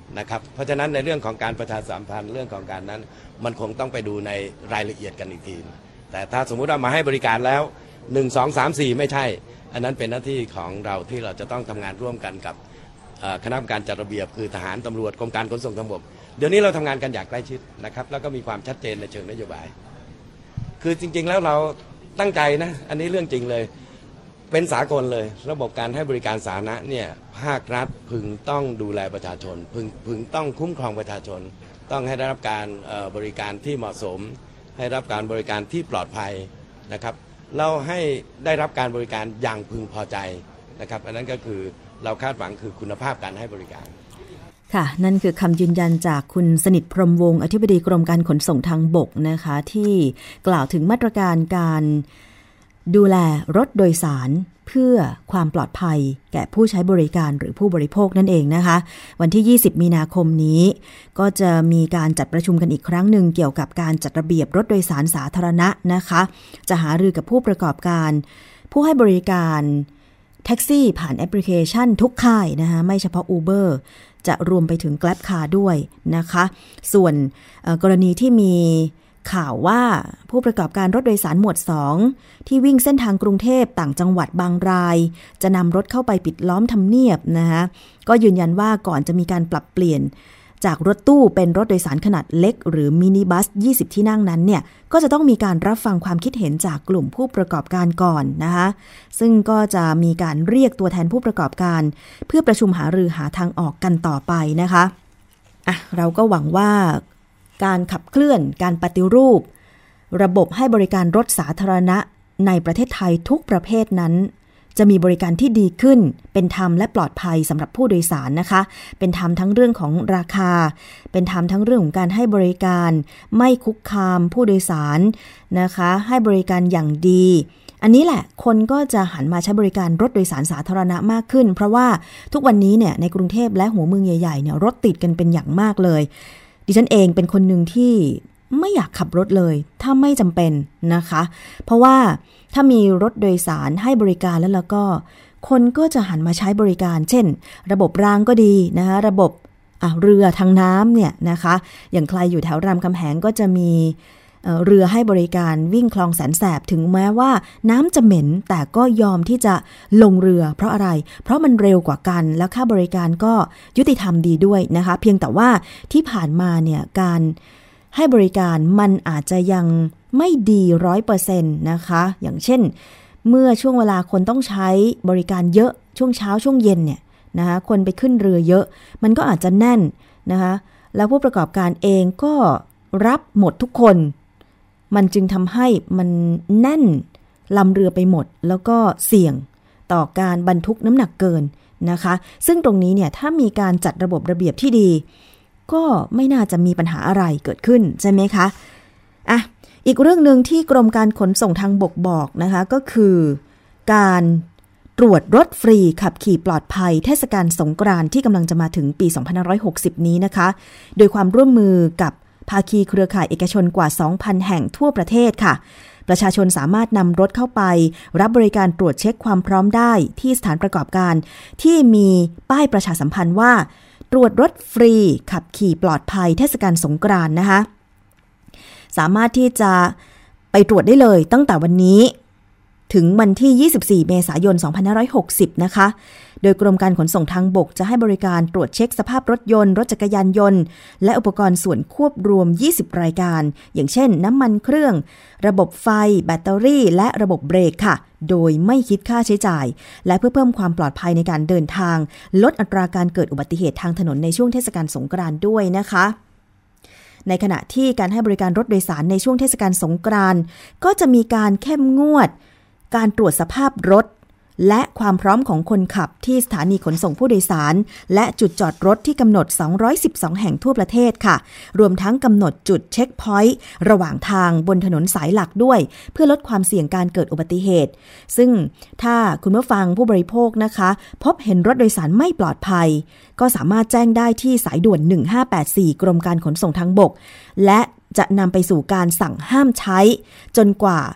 นะครับเพราะฉะนั้นในเรื่องของการประชาสัมพันธ์เรื่องของการนั้นมันคงต้องไปดูในรายละเอียดกันอีกทีแต่ถ้าสมมุติว่ามาให้บริการแล้วหนึ่ง สอง สาม สี่ไม่ใช่อันนั้นเป็นหน้าที่ของเราที่เราจะต้องทำงานร่วมกันกับคณะกรรมการจัดระเบียบคือทหารตำรวจกรมการขนส่งทางบกเดี๋ยวนี้เราทำงานกันอย่างใกล้ชิดนะครับแล้วก็มีความชัดเจนในเชิงนโยบายคือจริงๆแล้วเราตั้งใจนะอันนี้เรื่องจริงเลยเป็นสากลเลยระบบการให้บริการสาธารณะเนี่ยภาครัฐพึงต้องดูแลประชาชนพึงพึงต้องคุ้มครองประชาชนต้องให้ได้รับการบริการที่เหมาะสมให้รับการบริการที่ปลอดภัยนะครับเราให้ได้รับการบริการอย่างพึงพอใจนะครับอันนั้นก็คือเราคาดหวังคือคุณภาพการให้บริการค่ะนั่นคือคำยืนยันจากคุณสนิทพรหมวงศ์อธิบดีกรมการขนส่งทางบกนะคะที่กล่าวถึงมาตรการการดูแลรถโดยสารเพื่อความปลอดภัยแก่ผู้ใช้บริการหรือผู้บริโภคนั่นเองนะคะวันที่ยี่สิบมีนาคมนี้ก็จะมีการจัดประชุมกันอีกครั้งหนึ่งเกี่ยวกับการจัดระเบียบรถโดยสารสาธารณะนะคะจะหารือกับผู้ประกอบการผู้ให้บริการแท็กซี่ผ่านแอปพลิเคชันทุกค่ายนะคะไม่เฉพาะ Uber จะรวมไปถึง Grab Car ด้วยนะคะส่วนกรณีที่มีข่าวว่าผู้ประกอบการรถโดยสารหมวดสองที่วิ่งเส้นทางกรุงเทพต่างจังหวัดบางรายจะนำรถเข้าไปปิดล้อมทำเนียบนะคะก็ยืนยันว่าก่อนจะมีการปรับเปลี่ยนจากรถตู้เป็นรถโดยสารขนาดเล็กหรือมินิบัสยี่สิบที่นั่งนั้นเนี่ยก็จะต้องมีการรับฟังความคิดเห็นจากกลุ่มผู้ประกอบการก่อนนะคะซึ่งก็จะมีการเรียกตัวแทนผู้ประกอบการเพื่อประชุมหารือหาทางออกกันต่อไปนะคะอ่ะเราก็หวังว่าการขับเคลื่อนการปฏิรูประบบให้บริการรถสาธารณะในประเทศไทยทุกประเภทนั้นจะมีบริการที่ดีขึ้นเป็นธรรมและปลอดภัยสำหรับผู้โดยสารนะคะเป็นธรรมทั้งเรื่องของราคาเป็นธรรมทั้งเรื่องของการให้บริการไม่คุกคามผู้โดยสารนะคะให้บริการอย่างดีอันนี้แหละคนก็จะหันมาใช้บริการรถโดยสารสาธารณะมากขึ้นเพราะว่าทุกวันนี้เนี่ยในกรุงเทพและหัวเมืองใหญ่ๆเนี่ยรถติดกันเป็นอย่างมากเลยดิฉันเองเป็นคนหนึ่งที่ไม่อยากขับรถเลยถ้าไม่จำเป็นนะคะเพราะว่าถ้ามีรถโดยสารให้บริการแล้วแล้วก็คนก็จะหันมาใช้บริการเช่นระบบรางก็ดีนะคะระบบอ่ะเรือทางน้ำเนี่ยนะคะอย่างใครอยู่แถวรามคำแหงก็จะมีเอ่อเรือให้บริการวิ่งคลองแสนแสบถึงแม้ว่าน้ำจะเหม็นแต่ก็ยอมที่จะลงเรือเพราะอะไรเพราะมันเร็วกว่ากันแล้วค่าบริการก็ยุติธรรมดีด้วยนะคะเพียงแต่ว่าที่ผ่านมาเนี่ยการให้บริการมันอาจจะยังไม่ดี ร้อยเปอร์เซ็นต์ นะคะอย่างเช่นเมื่อช่วงเวลาคนต้องใช้บริการเยอะช่วงเช้าช่วงเย็นเนี่ยนะคะคนไปขึ้นเรือเยอะมันก็อาจจะแน่นนะคะแล้วผู้ประกอบการเองก็รับหมดทุกคนมันจึงทำให้มันแน่นลำเรือไปหมดแล้วก็เสี่ยงต่อการบรรทุกน้ำหนักเกินนะคะซึ่งตรงนี้เนี่ยถ้ามีการจัดระบบระเบียบที่ดีก็ไม่น่าจะมีปัญหาอะไรเกิดขึ้นใช่ไหมคะอ่ะอีกเรื่องนึงที่กรมการขนส่งทางบกบอกนะคะก็คือการตรวจรถฟรีขับขี่ปลอดภัยเทศกาลสงกรานต์ที่กำลังจะมาถึงปีสองพันห้าร้อยหกสิบนี้นะคะโดยความร่วมมือกับภาคีเครือข่ายเอกชนกว่า สองพัน แห่งทั่วประเทศค่ะประชาชนสามารถนำรถเข้าไปรับบริการตรวจเช็คความพร้อมได้ที่สถานประกอบการที่มีป้ายประชาสัมพันธ์ว่าตรวจรถฟรีขับขี่ปลอดภัยเทศกาลสงกรานต์นะคะสามารถที่จะไปตรวจได้เลยตั้งแต่วันนี้ถึงวันที่ยี่สิบสี่เมษายนสองพันห้าร้อยหกสิบนะคะโดยกรมการขนส่งทางบกจะให้บริการตรวจเช็คสภาพรถยนต์รถจักรยานยนต์และอุปกรณ์ส่วนควบรวมยี่สิบรายการอย่างเช่นน้ำมันเครื่องระบบไฟแบตเตอรี่และระบบเบรกค่ะโดยไม่คิดค่าใช้จ่ายและเพื่อเพิ่มความปลอดภัยในการเดินทางลดอัตราการเกิดอุบัติเหตุทางถนนในช่วงเทศกาลสงกรานต์ด้วยนะคะในขณะที่การให้บริการรถโดยสารในช่วงเทศกาลสงกรานต์ก็จะมีการเข้มงวดการตรวจสภาพรถและความพร้อมของคนขับที่สถานีขนส่งผู้โดยสารและจุดจอดรถที่กำหนดสองร้อยสิบสองแห่งทั่วประเทศค่ะรวมทั้งกำหนดจุดเช็คพอยต์ระหว่างทางบนถนนสายหลักด้วยเพื่อลดความเสี่ยงการเกิดอุบัติเหตุซึ่งถ้าคุณผู้ฟังผู้บริโภคนะคะพบเห็นรถโดยสารไม่ปลอดภัยก็สามารถแจ้งได้ที่สายด่วนหนึ่งห้าแปดสี่กรมการขนส่งทางบกและจะนำไปสู่การสั่งห้ามใช้จนกว่า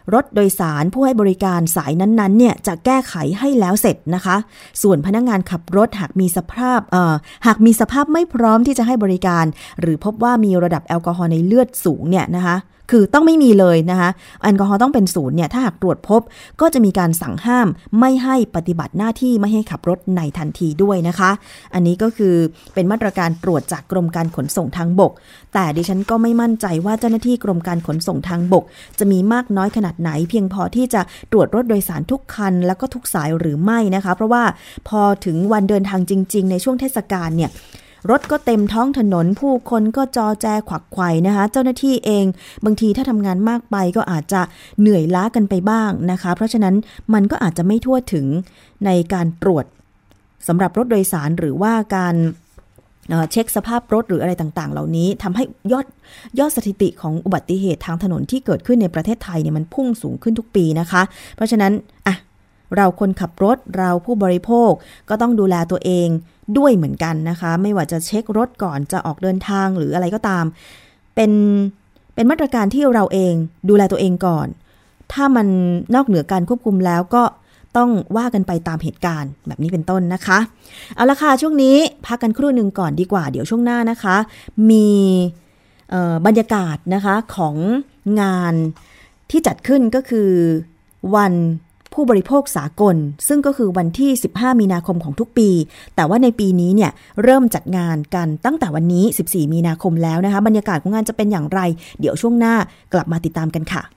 รถโดยสารผู้ให้บริการสายนั้นๆเนี่ยจะแก้ไขให้แล้วเสร็จนะคะส่วนพนักงานขับรถหากมีสภาพเอ่อหากมีสภาพไม่พร้อมที่จะให้บริการหรือพบว่ามีระดับแอลกอฮอล์ในเลือดสูงเนี่ยนะคะคือต้องไม่มีเลยนะคะแอลกอฮอล์ต้องเป็นศูนย์เนี่ยถ้าหากตรวจพบก็จะมีการสั่งห้ามไม่ให้ปฏิบัติหน้าที่ไม่ให้ขับรถในทันทีด้วยนะคะอันนี้ก็คือเป็นมาตรการตรวจจากกรมการขนส่งทางบกแต่ดิฉันก็ไม่มั่นใจว่าเจ้าหน้าที่กรมการขนส่งทางบกจะมีมากน้อยขนาดไหนเพียงพอที่จะตรวจรถโดยสารทุกคันแล้วก็ทุกสายหรือไม่นะคะเพราะว่าพอถึงวันเดินทางจริงๆในช่วงเทศกาลเนี่ยรถก็เต็มท้องถนนผู้คนก็จอแจขวักไขว่นะคะเจ้าหน้าที่เองบางทีถ้าทำงานมากไปก็อาจจะเหนื่อยล้ากันไปบ้างนะคะเพราะฉะนั้นมันก็อาจจะไม่ทั่วถึงในการตรวจสำหรับรถโดยสารหรือว่าการเช็คสภาพรถหรืออะไรต่างๆเหล่านี้ทำให้ยอดยอดสถิติของอุบัติเหตุทางถนนที่เกิดขึ้นในประเทศไทยเนี่ยมันพุ่งสูงขึ้นทุกปีนะคะเพราะฉะนั้นอ่ะเราคนขับรถเราผู้บริโภคก็ต้องดูแลตัวเองด้วยเหมือนกันนะคะไม่ว่าจะเช็ครถก่อนจะออกเดินทางหรืออะไรก็ตามเป็นเป็นมาตรการที่เราเองดูแลตัวเองก่อนถ้ามันนอกเหนือการควบคุมแล้วก็ต้องว่ากันไปตามเหตุการณ์แบบนี้เป็นต้นนะคะเอาละค่ะช่วงนี้พักกันครู่หนึ่งก่อนดีกว่าเดี๋ยวช่วงหน้านะคะมีบรรยากาศนะคะของงานที่จัดขึ้นก็คือวันผู้บริโภคสากลซึ่งก็คือวันที่สิบห้ามีนาคมของทุกปีแต่ว่าในปีนี้เนี่ยเริ่มจัดงานกันตั้งแต่วันนี้สิบสี่มีนาคมแล้วนะคะบรรยากาศของงานจะเป็นอย่างไรเดี๋ยวช่วงหน้ากลับมาติดตามกันค่ะ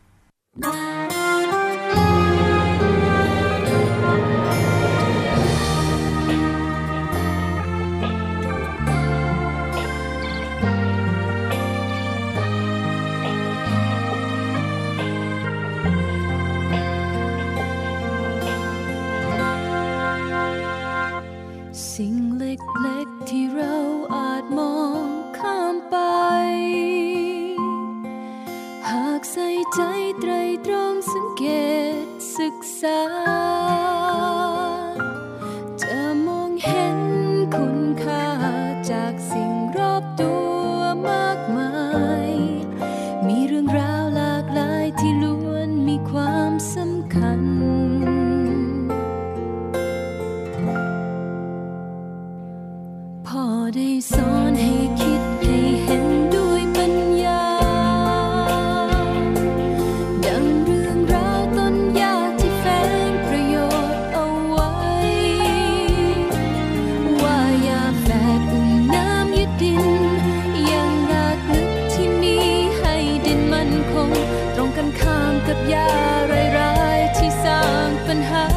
สิ่งเล็กๆที่เราอาจมองข้ามไปหากใส่ใจไตรตรองสังเกตศึกษาจะมองเห็นคุณค่าจากสิ่งรอบตัวมากมายมีเรื่องราวหลากหลายที่ล้วนมีความสำคัญพ่อได้สอนให้คิดให้เห็นด้วยปัญญาดังเรื่องราวต้นหญ้าที่แฝงประโยชน์เอาไว้ว่าหญ้าแฝดอุ้มน้ำยึดดินยังรากลึกที่มีให้ดินมั่นคงตรงกันข้ามกับหญ้าร้ายๆที่สร้างปัญหา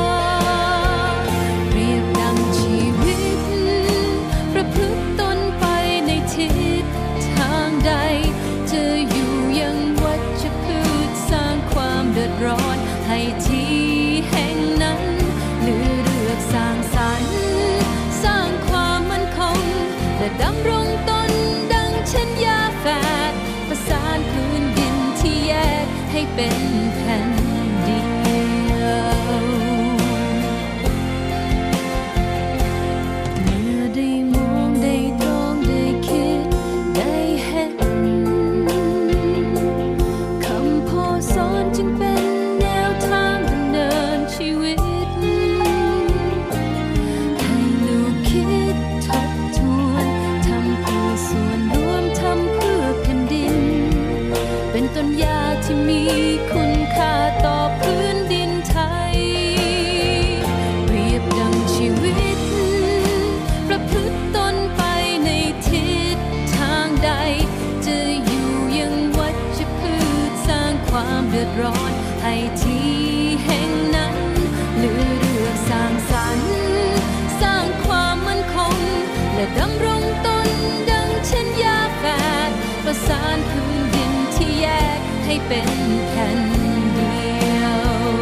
ร้อนให้ที่แห่งนั้นเลือกสร้างสรรค์สร้างความมั่นคงและดำรงตนดังเช่นหญ้าแฝดประสานพื้นดินที่แยกให้เป็นแผ่นเดียวเมื่อได้มองได้ตรองได้คิดได้เห็นคำพ่อสอนจึงเป็นชีวิตให้ลูกคิดทบทวนทำเพื่อส่วนรวมทำเพื่อแผ่นดินเป็นต้นหญ้าที่มีคุณค่าต่อพื้นดินไทยเปรียบดังชีวิตประพฤติตนไปในทิศทางใดจะอยู่ยังวัชพืชสร้างความเดือดร้อนให้ที่แห่งนั้นเลือกสร้างสรรค์สร้างความมั่นคงและดำรงตนดังเช่นหญ้าแฝดประสานพื้นดินที่แยกให้เป็นแผ่นเดียว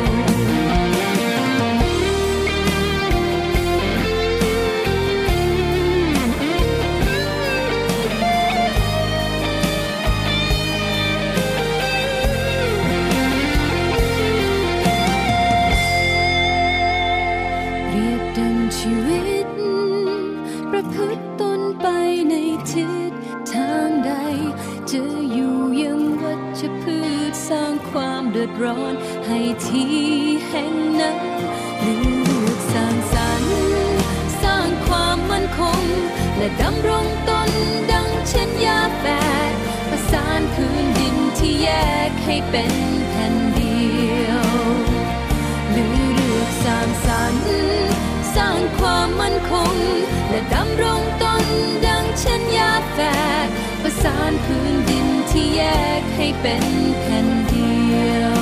ชีวิตประพฤติตนไปในทิศทางใดจะอยู่ยังวัชพืชสร้างความเดือดร้อนให้ที่แห่งนั้นเลือกสร้างสรรค์สร้างความมั่นคงและดำรงตนดังเช่นยาแฝดประสานพื้นดินที่แยกให้เป็นแผ่นเดียวเลือกสร้างสรรค์สร้างความมั่นคงและดำรงตนดังเช่นยาแฝดประสานพื้นดินที่แยกให้เป็นแผ่นเดียว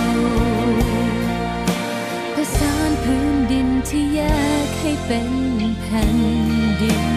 ประสานพื้นดินที่แยกให้เป็นแผ่นดิน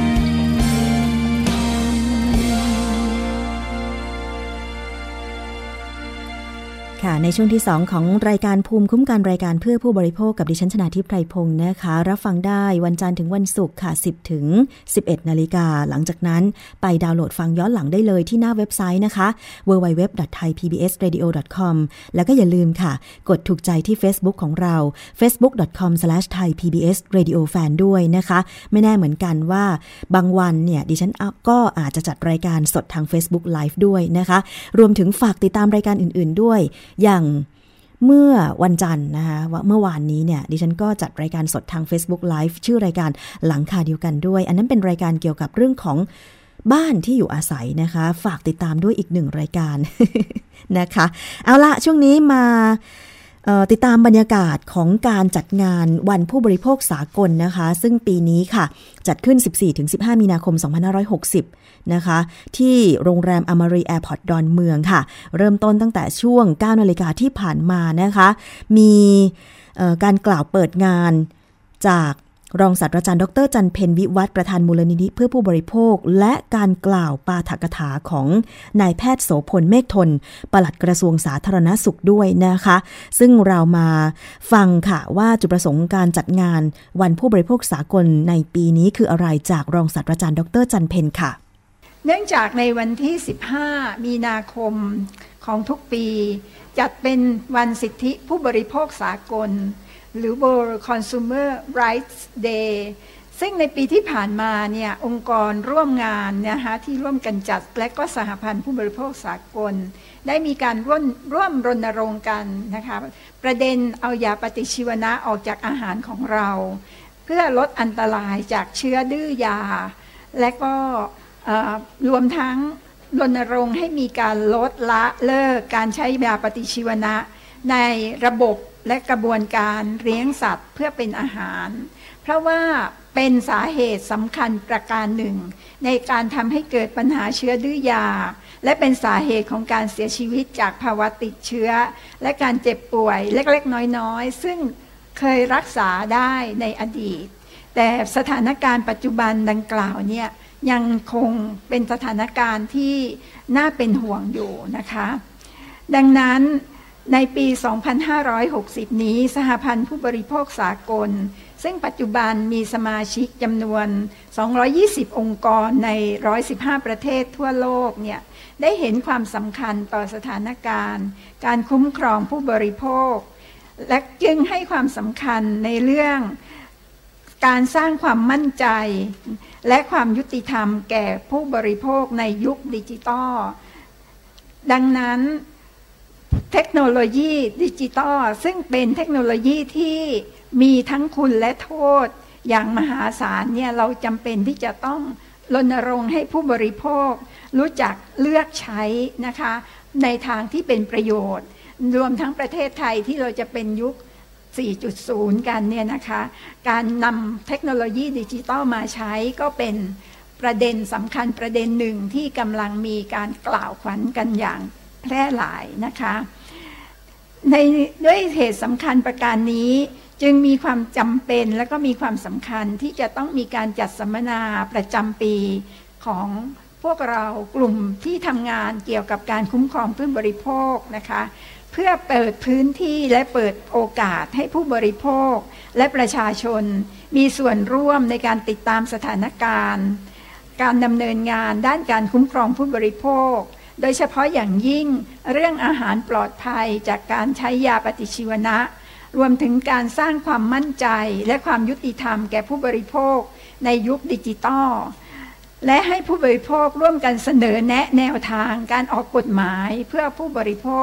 ค่ะในช่วงที่สองของรายการภูมิคุ้มกันรายการเพื่อผู้บริโภคกับดิฉันชนาทิพย์ไพรพงศ์นะคะรับฟังได้วันจันทร์ถึงวันศุกร์ค่ะ สิบถึงสิบเอ็ด นาฬิกาหลังจากนั้นไปดาวน์โหลดฟังย้อนหลังได้เลยที่หน้าเว็บไซต์นะคะ ดับเบิลยู ดับเบิลยู ดับเบิลยู ดอท ไทย พี บี เอส เรดิโอ ดอท คอม แล้วก็อย่าลืมค่ะกดถูกใจที่ Facebook ของเรา เฟซบุ๊ก ดอท คอม สแลช ไทย พี บี เอส เรดิโอ แฟน ด้วยนะคะไม่แน่เหมือนกันว่าบางวันเนี่ยดิฉันก็อาจจะจัดรายการสดทาง Facebook Live ด้วยนะคะรวมถึงฝากติดตามรายการอื่นๆด้วยอย่างเมื่อวันจันทร์นะคะว่าเมื่อวานนี้เนี่ยดิฉันก็จัดรายการสดทาง Facebook Live ชื่อรายการหลังคาเดียวกันด้วยอันนั้นเป็นรายการเกี่ยวกับเรื่องของบ้านที่อยู่อาศัยนะคะฝากติดตามด้วยอีกหนึ่งรายการ นะคะเอาละช่วงนี้มาติดตามบรรยากาศของการจัดงานวันผู้บริโภคสากลนะคะซึ่งปีนี้ค่ะจัดขึ้น สิบสี่ถึงสิบห้า มีนาคม สองพันห้าร้อยหกสิบนะคะที่โรงแรมอมรีแอร์พอร์ตดอนเมืองค่ะเริ่มต้นตั้งแต่ช่วง เก้า นาฬิกาที่ผ่านมานะคะมีการกล่าวเปิดงานจากรองศาสตราจารย์ดรจันเพ็ญวิวัฒน์ประธานมูลนิธิเพื่อผู้บริโภคและการกล่าวปาฐกถาของนายแพทย์โสพลเมฆทนปลัดกระทรวงสาธารณสุขด้วยนะคะซึ่งเรามาฟังค่ะว่าจุดประสงค์การจัดงานวันผู้บริโภคสากลในปีนี้คืออะไรจากรองศาสตราจารย์ดรจันเพ็ญค่ะเนื่องจากในวันที่สิบห้ามีนาคมของทุกปีจัดเป็นวันสิทธิผู้บริโภคสากลหรือ World Consumer Rights Day ซึ่งในปีที่ผ่านมาเนี่ยองค์กรร่วมงานนะคะที่ร่วมกันจัดและก็สหพันธ์ผู้บริโภคสากลได้มีการร่วมร่วมรณรงค์กันนะคะประเด็นเอายาปฏิชีวนะออกจากอาหารของเราเพื่อลดอันตรายจากเชื้อดื้อยาและก็รวมทั้งรณรงค์ให้มีการลดละเลิกการใช้ยาปฏิชีวนะในระบบและกระบวนการเลี้ยงสัตว์เพื่อเป็นอาหารเพราะว่าเป็นสาเหตุสำคัญประการหนึ่งในการทำให้เกิดปัญหาเชื้อดื้อยาและเป็นสาเหตุของการเสียชีวิตจากภาวะติดเชื้อและการเจ็บป่วยเล็กๆน้อยๆซึ่งเคยรักษาได้ในอดีตแต่สถานการณ์ปัจจุบันดังกล่าวเนี่ยยังคงเป็นสถานการณ์ที่น่าเป็นห่วงอยู่นะคะดังนั้นในปี สองพันห้าร้อยหกสิบ นี้สหพันธ์ผู้บริโภคสากลซึ่งปัจจุบันมีสมาชิกจำนวนสองร้อยยี่สิบองค์กรในหนึ่งร้อยสิบห้าประเทศทั่วโลกเนี่ยได้เห็นความสำคัญต่อสถานการณ์การคุ้มครองผู้บริโภคและจึงให้ความสำคัญในเรื่องการสร้างความมั่นใจและความยุติธรรมแก่ผู้บริโภคในยุคดิจิทัลดังนั้นเทคโนโลยีดิจิทัลซึ่งเป็นเทคโนโลยีที่มีทั้งคุณและโทษอย่างมหาศาลเนี่ยเราจำเป็นที่จะต้องรณรงค์ให้ผู้บริโภครู้จักเลือกใช้นะคะในทางที่เป็นประโยชน์รวมทั้งประเทศไทยที่เราจะเป็นยุค สี่จุดศูนย์ กันเนี่ยนะคะการนำเทคโนโลยีดิจิทัลมาใช้ก็เป็นประเด็นสำคัญประเด็นหนึ่งที่กำลังมีการกล่าวขวัญกันอย่างแพร่หลายนะคะในด้วยเหตุสำคัญประการนี้จึงมีความจำเป็นและก็มีความสำคัญที่จะต้องมีการจัดสัมมนาประจำปีของพวกเรากลุ่มที่ทำงานเกี่ยวกับการคุ้มครองผู้บริโภคนะคะเพื่อเปิดพื้นที่และเปิดโอกาสให้ผู้บริโภคและประชาชนมีส่วนร่วมในการติดตามสถานการณ์การดำเนินงานด้านการคุ้มครองผู้บริโภคโดยเฉพาะอย่างยิ่งเรื่องอาหารปลอดภัยจากการใช้ยาปฏิชีวนะรวมถึงการสร้างความมั่นใจและความยุติธรรมแก่ผู้บริโภคในยุคดิจิทัลและให้ผู้บริโภคร่วมกันเสนอแนะแนวทางการออกกฎหมายเพื่อผู้บริโภค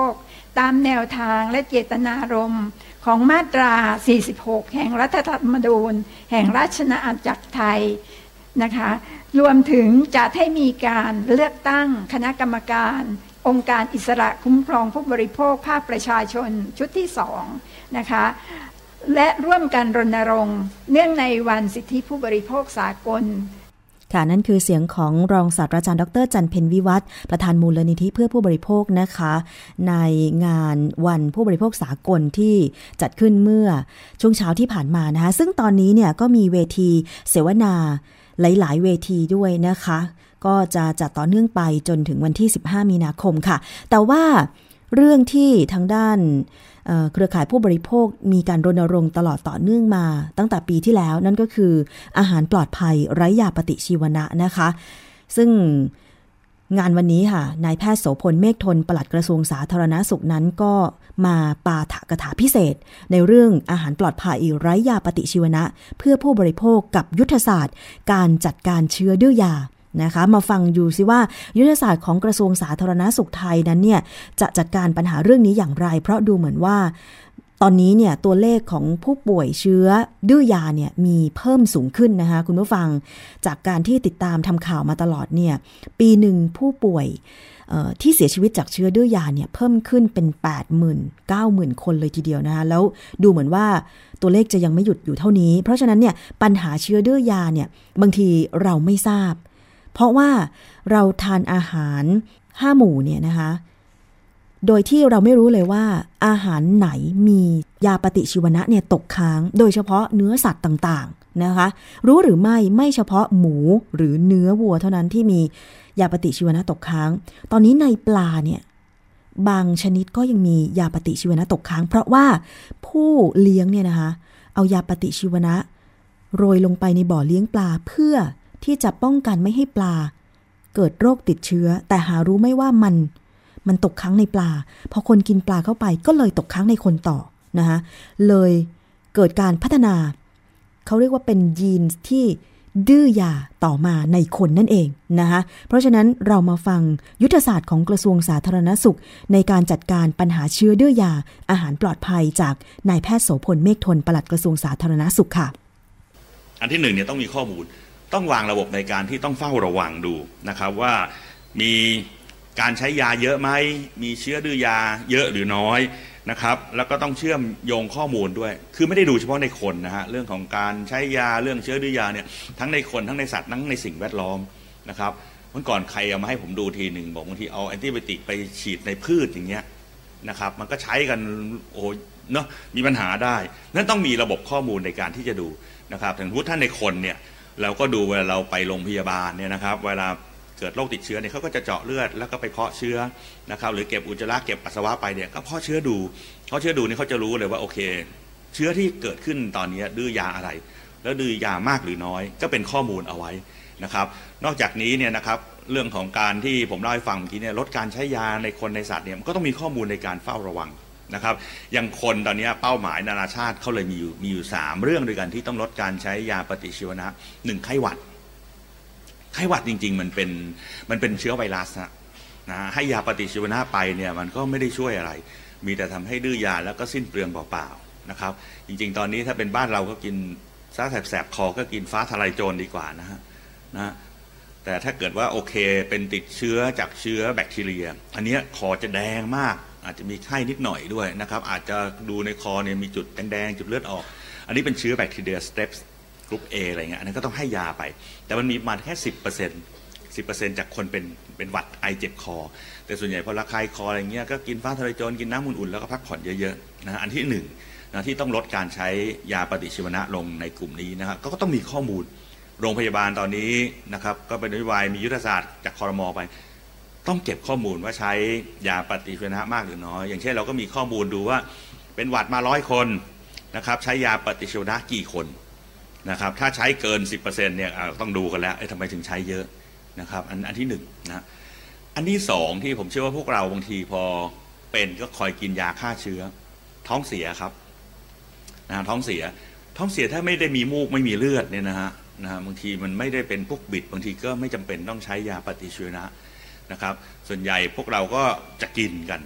ตามแนวทางและเจตนารมณ์ของมาตรา สี่สิบหก แห่งรัฐธรรมนูญแห่งราชอาณาจักรไทยนะคะรวมถึงจะให้มีการเลือกตั้งคณะกรรมการองค์การอิสระคุ้มครองผู้บริโภคภาคประชาชนชุดที่สองนะคะและร่วมกันรณรงค์เนื่องในวันสิทธิผู้บริโภคสากลค่ะนั่นคือเสียงของรองศาสตราจารย์ดรจันทร์เพ็ญวิวัฒน์ประธานมูลนิธิเพื่อผู้บริโภคนะคะในงานวันผู้บริโภคสากลที่จัดขึ้นเมื่อช่วงเช้าที่ผ่านมานะคะซึ่งตอนนี้เนี่ยก็มีเวทีเสวนาหลายๆเวทีด้วยนะคะก็จะจัดต่อเนื่องไปจนถึงวันที่สิบห้ามีนาคมค่ะแต่ว่าเรื่องที่ทางด้านเครือข่ายผู้บริโภคมีการรณรงค์ตลอดต่อเนื่องมาตั้งแต่ปีที่แล้วนั่นก็คืออาหารปลอดภัยไร้ยาปฏิชีวนะนะคะซึ่งงานวันนี้ค่ะนายแพทย์โสพลเมฆทนปลัดกระทรวงสาธารณสุขนั้นก็มาปาฐกถาพิเศษในเรื่องอาหารปลอดภัยไร้ยาปฏิชีวนะเพื่อผู้บริโภคกับยุทธศาสตร์การจัดการเชื้อดื้อยานะคะมาฟังดูซิว่ายุทธศาสตร์ของกระทรวงสาธารณสุขไทยนั้นเนี่ยจะจัดการปัญหาเรื่องนี้อย่างไรเพราะดูเหมือนว่าตอนนี้เนี่ยตัวเลขของผู้ป่วยเชื้อดื้อยาเนี่ยมีเพิ่มสูงขึ้นนะคะคุณผู้ฟังจากการที่ติดตามทำข่าวมาตลอดเนี่ยปีหนึ่งผู้ป่วยที่เสียชีวิตจากเชื้อดื้อยาเนี่ยเพิ่มขึ้นเป็น แปดหมื่น เก้าหมื่น คนเลยทีเดียวนะคะแล้วดูเหมือนว่าตัวเลขจะยังไม่หยุดอยู่เท่านี้เพราะฉะนั้นเนี่ยปัญหาเชื้อดื้อยาเนี่ยบางทีเราไม่ทราบเพราะว่าเราทานอาหารห้าหมู่เนี่ยนะคะโดยที่เราไม่รู้เลยว่าอาหารไหนมียาปฏิชีวนะเนี่ยตกค้างโดยเฉพาะเนื้อสัตว์ต่างๆนะคะรู้หรือไม่ไม่เฉพาะหมูหรือเนื้อวัวเท่านั้นที่มียาปฏิชีวนะตกค้างตอนนี้ในปลาเนี่ยบางชนิดก็ยังมียาปฏิชีวนะตกค้างเพราะว่าผู้เลี้ยงเนี่ยนะคะเอายาปฏิชีวนะโรยลงไปในบ่อเลี้ยงปลาเพื่อที่จะป้องกันไม่ให้ปลาเกิดโรคติดเชื้อแต่หารู้ไม่ว่ามันมันตกค้างในปลาพอคนกินปลาเข้าไปก็เลยตกค้างในคนต่อนะคะเลยเกิดการพัฒนาเขาเรียกว่าเป็นยีนที่ดื้อยาต่อมาในคนนั่นเองนะคะเพราะฉะนั้นเรามาฟังยุทธศาสตร์ของกระทรวงสาธารณสุขในการจัดการปัญหาเชื้อดื้อยาอาหารปลอดภัยจากนายแพทย์โสพลเมฆทนปลัดกระทรวงสาธารณสุขค่ะอันที่หนึ่งเนี่ยต้องมีข้อมูลต้องวางระบบในการที่ต้องเฝ้าระวังดูนะครับว่ามีการใช้ยาเยอะไหมมีเชื้อดื้อยาเยอะหรือน้อยนะครับแล้วก็ต้องเชื่อมโยงข้อมูลด้วยคือไม่ได้ดูเฉพาะในคนนะฮะเรื่องของการใช้ยาเรื่องเชื้อดื้อยาเนี่ยทั้งในคนทั้งในสัตว์ทั้งในสิ่งแวดล้อมนะครับเมื่อก่อนใครเอามาให้ผมดูทีหนึ่งบอกบางทีเอาแอนติไบโอติกไปฉีดในพืชอย่างเงี้ยนะครับมันก็ใช้กันโอ้เนาะมีปัญหาได้นั้นต้องมีระบบข้อมูลในการที่จะดูนะครับถึงพูดท่านในคนเนี่ยเราก็ดูเวลาเราไปโรงพยาบาลเนี่ยนะครับเวลาเกิดโรคติดเชื้อเนี่ยเขาก็จะเจาะเลือดแล้วก็ไปเพาะเชื้อนะครับหรือเก็บอุจจาระเก็บปัสสาวะไปเนี่ยก็เพาะเชื้อดูเพาะเชื้อดูนี่เขาจะรู้เลยว่าโอเคเชื้อที่เกิดขึ้นตอนนี้ดื้อยาอะไรแล้วดื้อยามากหรือน้อยก็เป็นข้อมูลเอาไว้นะครับนอกจากนี้เนี่ยนะครับเรื่องของการที่ผมเล่าให้ฟังเมื่อกี้เนี่ยลดการใช้ยาในคนในสัตว์เนี่ยมันก็ต้องมีข้อมูลในการเฝ้าระวังนะครับอย่างคนตอนนี้เป้าหมายนานาชาติเขาเลยมีอยู่มีอยู่สามเรื่องด้วยกันที่ต้องลดการใช้ยาปฏิชีวนะหนึ่งไข้หวัดไข้หวัดจริงๆมันเป็นมันเป็นเชื้อไวรัสนะนะให้ยาปฏิชีวนะไปเนี่ยมันก็ไม่ได้ช่วยอะไรมีแต่ทำให้ดื้อยาแล้วก็สิ้นเปลืองเปล่าๆนะครับจริงๆตอนนี้ถ้าเป็นบ้านเราก็กินซะแสบๆคอก็กินฟ้าทลายโจรดีกว่านะฮะนะแต่ถ้าเกิดว่าโอเคเป็นติดเชื้อจากเชื้อแบคทีเรียอันนี้คอจะแดงมากอาจจะมีไข้นิดหน่อยด้วยนะครับอาจจะดูในคอเนี่ยมีจุดแดงๆจุดเลือดออกอันนี้เป็นเชื้อแบคทีเรียสเตปส์กรุ๊ป A อะไรเงี้ยอันนั้นก็ต้องให้ยาไปแต่มันมีประมาณแค่ สิบเปอร์เซ็นต์ สิบเปอร์เซ็นต์ จากคนเป็นเป็นหวัดไอเจ็บคอแต่ส่วนใหญ่พอระคายคออะไรเงี้ยก็กินฟ้าทลายโจรกินน้ำอุ่นๆแล้วก็พักผ่อนเยอะๆนะอันที่หนึ่งนะที่ต้องลดการใช้ยาปฏิชีวนะลงในกลุ่มนี้นะครับก็ต้องมีข้อมูลโรงพยาบาลตอนนี้นะครับก็เป็นนโยบายมียุทธศาสตร์จากครม.ไปต้องเก็บข้อมูลว่าใช้ยาปฏิชีวนะมากหรือน้อยอย่างเช่นเราก็มีข้อมูลดูว่าเป็นหวัดมาร้อยคนนะครับใช้ยาปฏิชีวนะกี่คนนะครับถ้าใช้เกิน สิบเปอร์เซ็นต์ เนี่ยต้องดูกันแล้วเอ๊ะทำไมถึงใช้เยอะนะครับอันอันที่หนึ่งนะอันที่สองที่ผมเชื่อว่าพวกเราบางทีพอเป็นก็คอยกินยาฆ่าเชื้อท้องเสียครับนะท้องเสียท้องเสียถ้าไม่ได้มีมูกไม่มีเลือดเนี่ยนะฮะนะบางทีมันไม่ได้เป็นพวกบิดบางทีก็ไม่จำเป็นต้องใช้ยาปฏิชีวนะนะครับส่วนใหญ่พวกเราก็จะกินกัน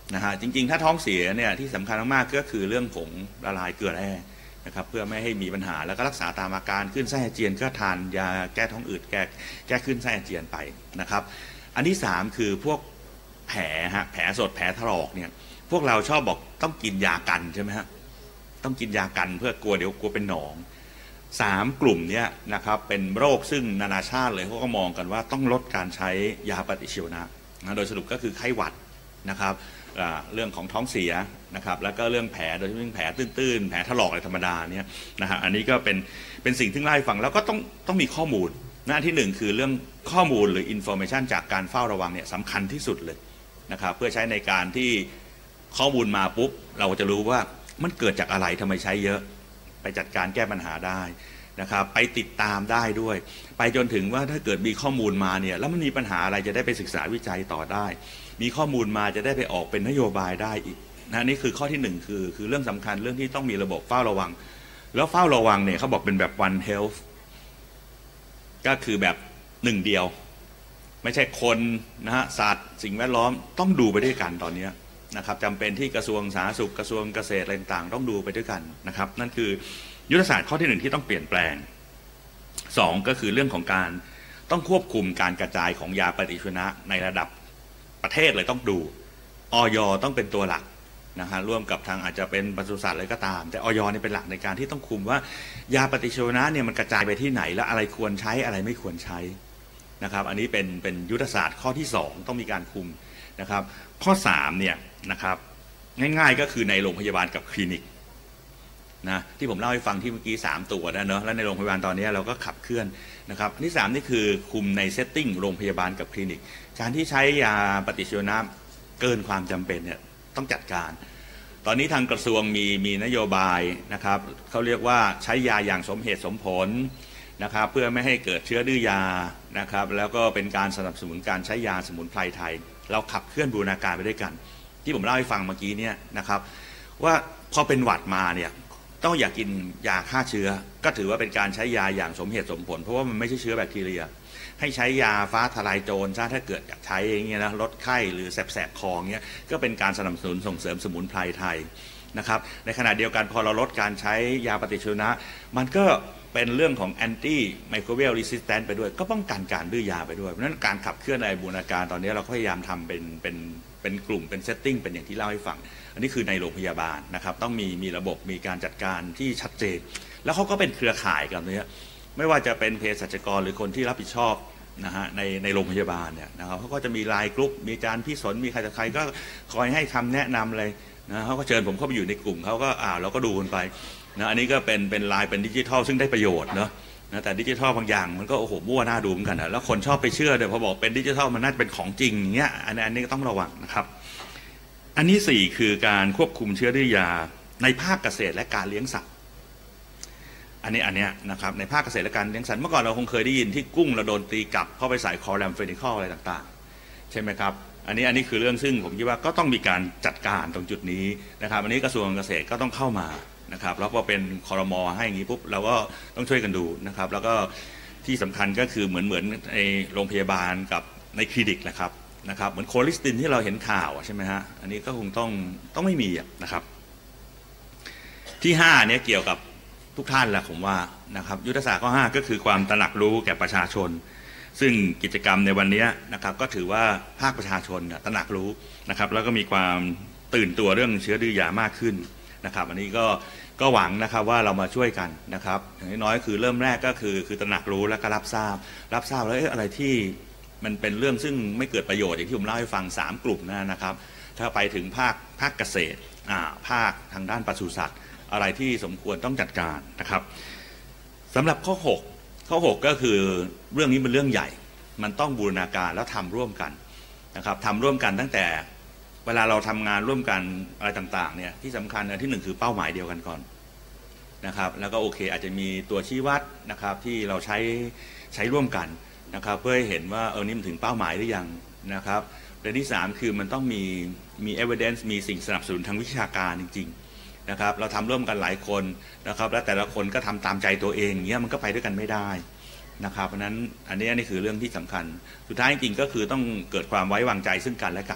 นะฮะจริงๆถ้าท้องเสียเนี่ยที่สำคัญมากๆก็คือเรื่องผงละลายเกลือแร่นะครับเพื่อไม่ให้มีปัญหาแล้วก็รักษาตามอาการขึ้นไส้อาเจียนก็ทานยาแก้ท้องอืดแก้แก้ขึ้นไส้อาเจียนไปนะครับอันที่สามคือพวกแผลฮะแผลสดแผลถลอกเนี่ยพวกเราชอบบอกต้องกินยากันใช่ไหมฮะต้องกินยากันเพื่อกลัวเดี๋ยวกลัวเป็นหนองสามกลุ่มเนี้ยนะครับเป็นโรคซึ่งนานาชาติเลยเขาก็มองกันว่าต้องลดการใช้ยาปฏิชีวนะนะโดยสรุปก็คือไข้หวัดนะครับเรื่องของท้องเสียนะครับแล้วก็เรื่องแผลโดยเฉพาะแผลตื้นๆแผลถลอกอะไรธรรมดาเนี่ยนะฮะอันนี้ก็เป็นเป็นสิ่งที่เล่าให้ฟังแล้วก็ต้องต้องมีข้อมูลหน้าที่หนึ่งคือเรื่องข้อมูลหรืออินโฟเมชันจากการเฝ้าระวังเนี่ยสำคัญที่สุดเลยนะครับเพื่อใช้ในการที่ข้อมูลมาปุ๊บเราจะรู้ว่ามันเกิดจากอะไรทำไมใช้เยอะไปจัดการแก้ปัญหาได้นะครับไปติดตามได้ด้วยไปจนถึงว่าถ้าเกิดมีข้อมูลมาเนี่ยแล้วมันมีปัญหาอะไรจะได้ไปศึกษาวิจัยต่อได้มีข้อมูลมาจะได้ไปออกเป็นนโยบายได้อีกนะนี่คือข้อที่หนึ่งคือคือเรื่องสำคัญเรื่องที่ต้องมีระบบเฝ้าระวังแล้วเฝ้าระวังเนี่ยเขาบอกเป็นแบบ one health ก็คือแบบหนึ่งเดียวไม่ใช่คนนะฮะสัตว์สิ่งแวดล้อมต้องดูไปด้วยกันตอนนี้นะครับจำเป็นที่กระทรวงสาธารณสุขกระทรวงเกษตรอะไรต่างๆต้องดูไปด้วยกันนะครับนั่นคือยุทธศาสตร์ข้อที่หนึ่งที่ต้องเปลี่ยนแปลงสองก็คือเรื่องของการต้องควบคุมการกระจายของยาปฏิชีวนะในระดับประเทศเลยต้องดูอย.ต้องเป็นตัวหลักนะฮะร่วมกับทางอาจจะเป็นปศุสัตว์อะไรก็ตามแต่อย.นี่เป็นหลักในการที่ต้องคุมว่ายาปฏิชีวนะเนี่ยมันกระจายไปที่ไหนและอะไรควรใช้อะไรไม่ควรใช้นะครับอันนี้เป็นเป็นยุทธศาสตร์ข้อที่สองต้องมีการคุมนะครับข้อสามเนี่ยนะครับง่ายๆก็คือในโรงพยาบาลกับคลินิกนะที่ผมเล่าให้ฟังที่เมื่อกี้สามตัวนะเนอะแล้วในโรงพยาบาลตอนนี้เราก็ขับเคลื่อนนะครับอันที่สามนี่คือคุมในเซตติ้งโรงพยาบาลกับคลินิกการที่ใช้ยาปฏิชีวนะเกินความจำเป็นเนี่ยต้องจัดการตอนนี้ทางกระทรวงมีมีนโยบายนะครับเขาเรียกว่าใช้ยาอย่างสมเหตุสมผลนะครับเพื่อไม่ให้เกิดเชื้อดื้อยานะครับแล้วก็เป็นการสนับสนุนการใช้ยาสมุนไพรไทยเราขับเคลื่อนบูรณาการไปด้วยกันที่ผมเล่าให้ฟังเมื่อกี้เนี่ยนะครับว่าพอเป็นหวัดมาเนี่ยต้องอย่ากกินยาฆ่าเชื้อก็ถือว่าเป็นการใช้ยาอย่างสมเหตุสมผลเพราะว่ามันไม่ใช่เชื้อแบคทีเรียให้ใช้ยาฟ้าทลายโจรถ้าเกิดอยากใช้อย่างเงี้ยนะลดไข้หรือแสบๆคอเงี้ยก็เป็นการสนับสนุนส่งเสริมสมุนไพรไทยนะครับในขณะเดียวกันพอเราลดการใช้ยาปฏิชีวนะมันก็เป็นเรื่องของแอนตี้ไมโครเวลรีสิสแตนต์ไปด้วยก็ป้องกันการดื้อยาไปด้วยเพราะฉะนั้นการขับเคลื่อนในบูรณาการตอนนี้เราพยายามทำเป็นเป็นเป็นกลุ่มเป็นเซตติ้งเป็นอย่างที่เล่าให้ฟังอันนี้คือในโรงพยาบาลนะครับต้องมีมีระบบมีการจัดการที่ชัดเจนแล้วเขาก็เป็นเครือข่ายกันนี้ไม่ว่าจะเป็นเภสัชกรหรือคนที่รับผิดชอบนะฮะในในโรงพยาบาลเนี่ยนะครับเขาก็จะมีไลน์กรุ๊ปมีอาจารย์พี่สนมีใครต่อใครก็คอยให้คำแนะนำเลยนะเขาก็เชิญผมเข้าไปอยู่ในกลุ่มเขาก็อ่าเราก็ดูกันไปนะอันนี้ก็เป็นเป็นไลน์เป็นดิจิทัลซึ่งได้ประโยชน์เนาะนะแต่ดิจิทัลบางอย่างมันก็โอ้โหมั่วหน้าดูเหมือนกันนะแล้วคนชอบไปเชื่อเดี๋ยวพอบอกเป็นดิจิทัลมันน่าจะเป็นของจริงอย่างเงี้ยอันนี้อันนี้ก็ต้องระวังนะครับอันนี้สี่คือการควบคุมเชื้อดื้อยาในภาคเกษตรและการเลี้ยงสัตว์อันนี้อันเนี้ยนะครับในภาคเกษตรและการเลี้ยงสัตว์เมื่อก่อนเราคงเคยได้ยินที่กุ้งเราโดนตีกลับเข้าไปใส่คอแรมเฟนิคอลอะไรต่างๆใช่ไหมครับอันนี้อันนี้คือเรื่องซึ่งผมคิดว่าก็ต้องมีการจัดการตรงจุดนี้นะครับอันนี้กระทรวงเกษตรก็ต้องเข้ามานะครับแล้วพอเป็นครม.ให้อย่างนี้ปุ๊บเราก็ต้องช่วยกันดูนะครับแล้วก็ที่สำคัญก็คือเหมือนเหมือนในโรงพยาบาลกับในคลินิกนะครับนะครับเหมือนโคลิสตินที่เราเห็นข่าวใช่ไหมฮะอันนี้ก็คงต้องต้องไม่มีนะครับที่ห้าเนี่ยเกี่ยวกับทุกท่านแหละผมว่านะครับยุทธศาสตร์ข้อห้าก็คือความตระหนักรู้แก่ประชาชนซึ่งกิจกรรมในวันนี้นะครับก็ถือว่าภาคประชาชนตระหนักรู้นะครับแล้วก็มีความตื่นตัวเรื่องเชื้อดื้อยามากขึ้นนะครับอันนี้ก็ก็หวังนะครับว่าเรามาช่วยกันนะครับอย่างน้อยคือเริ่มแรกก็คือคือตระหนักรู้แล้วก็รับทราบรับทราบแล้วอะไรที่มันเป็นเรื่องซึ่งไม่เกิดประโยชน์อย่างที่ผมเล่าให้ฟังสามกลุ่มนะครับถ้าไปถึงภาคภาคเกษตรอ่าภาคทางด้านปศุสัตว์อะไรที่สมควรต้องจัดการนะครับสำหรับข้อหกข้อหกก็คือเรื่องนี้เป็นเรื่องใหญ่มันต้องบูรณาการแล้วทำร่วมกันนะครับทำร่วมกันตั้งแต่เวลาเราทำงานร่วมกันอะไรต่างๆเนี่ยที่สำคัญอันที่หนึ่งคือเป้าหมายเดียวกันก่อนนะครับแล้วก็โอเคอาจจะมีตัวชี้วัดนะครับที่เราใช้ใช้ร่วมกันนะครับเพื่อให้เห็นว่าเออนี่มันถึงเป้าหมายหรือยังนะครับประเด็นที่สามคือมันต้องมีมี evidence มีสิ่งสนับสนุนทางวิชาการจริงๆนะครับเราทำร่วมกันหลายคนนะครับและแต่ละคนก็ทำตามใจตัวเองเงี้ยมันก็ไปด้วยกันไม่ได้นะครับเพราะนั้นอันนี้นี่คือเรื่องที่สำคัญสุดท้ายจริงๆก็คือต้องเกิดความไว้วางใจซึ่งกันและกัน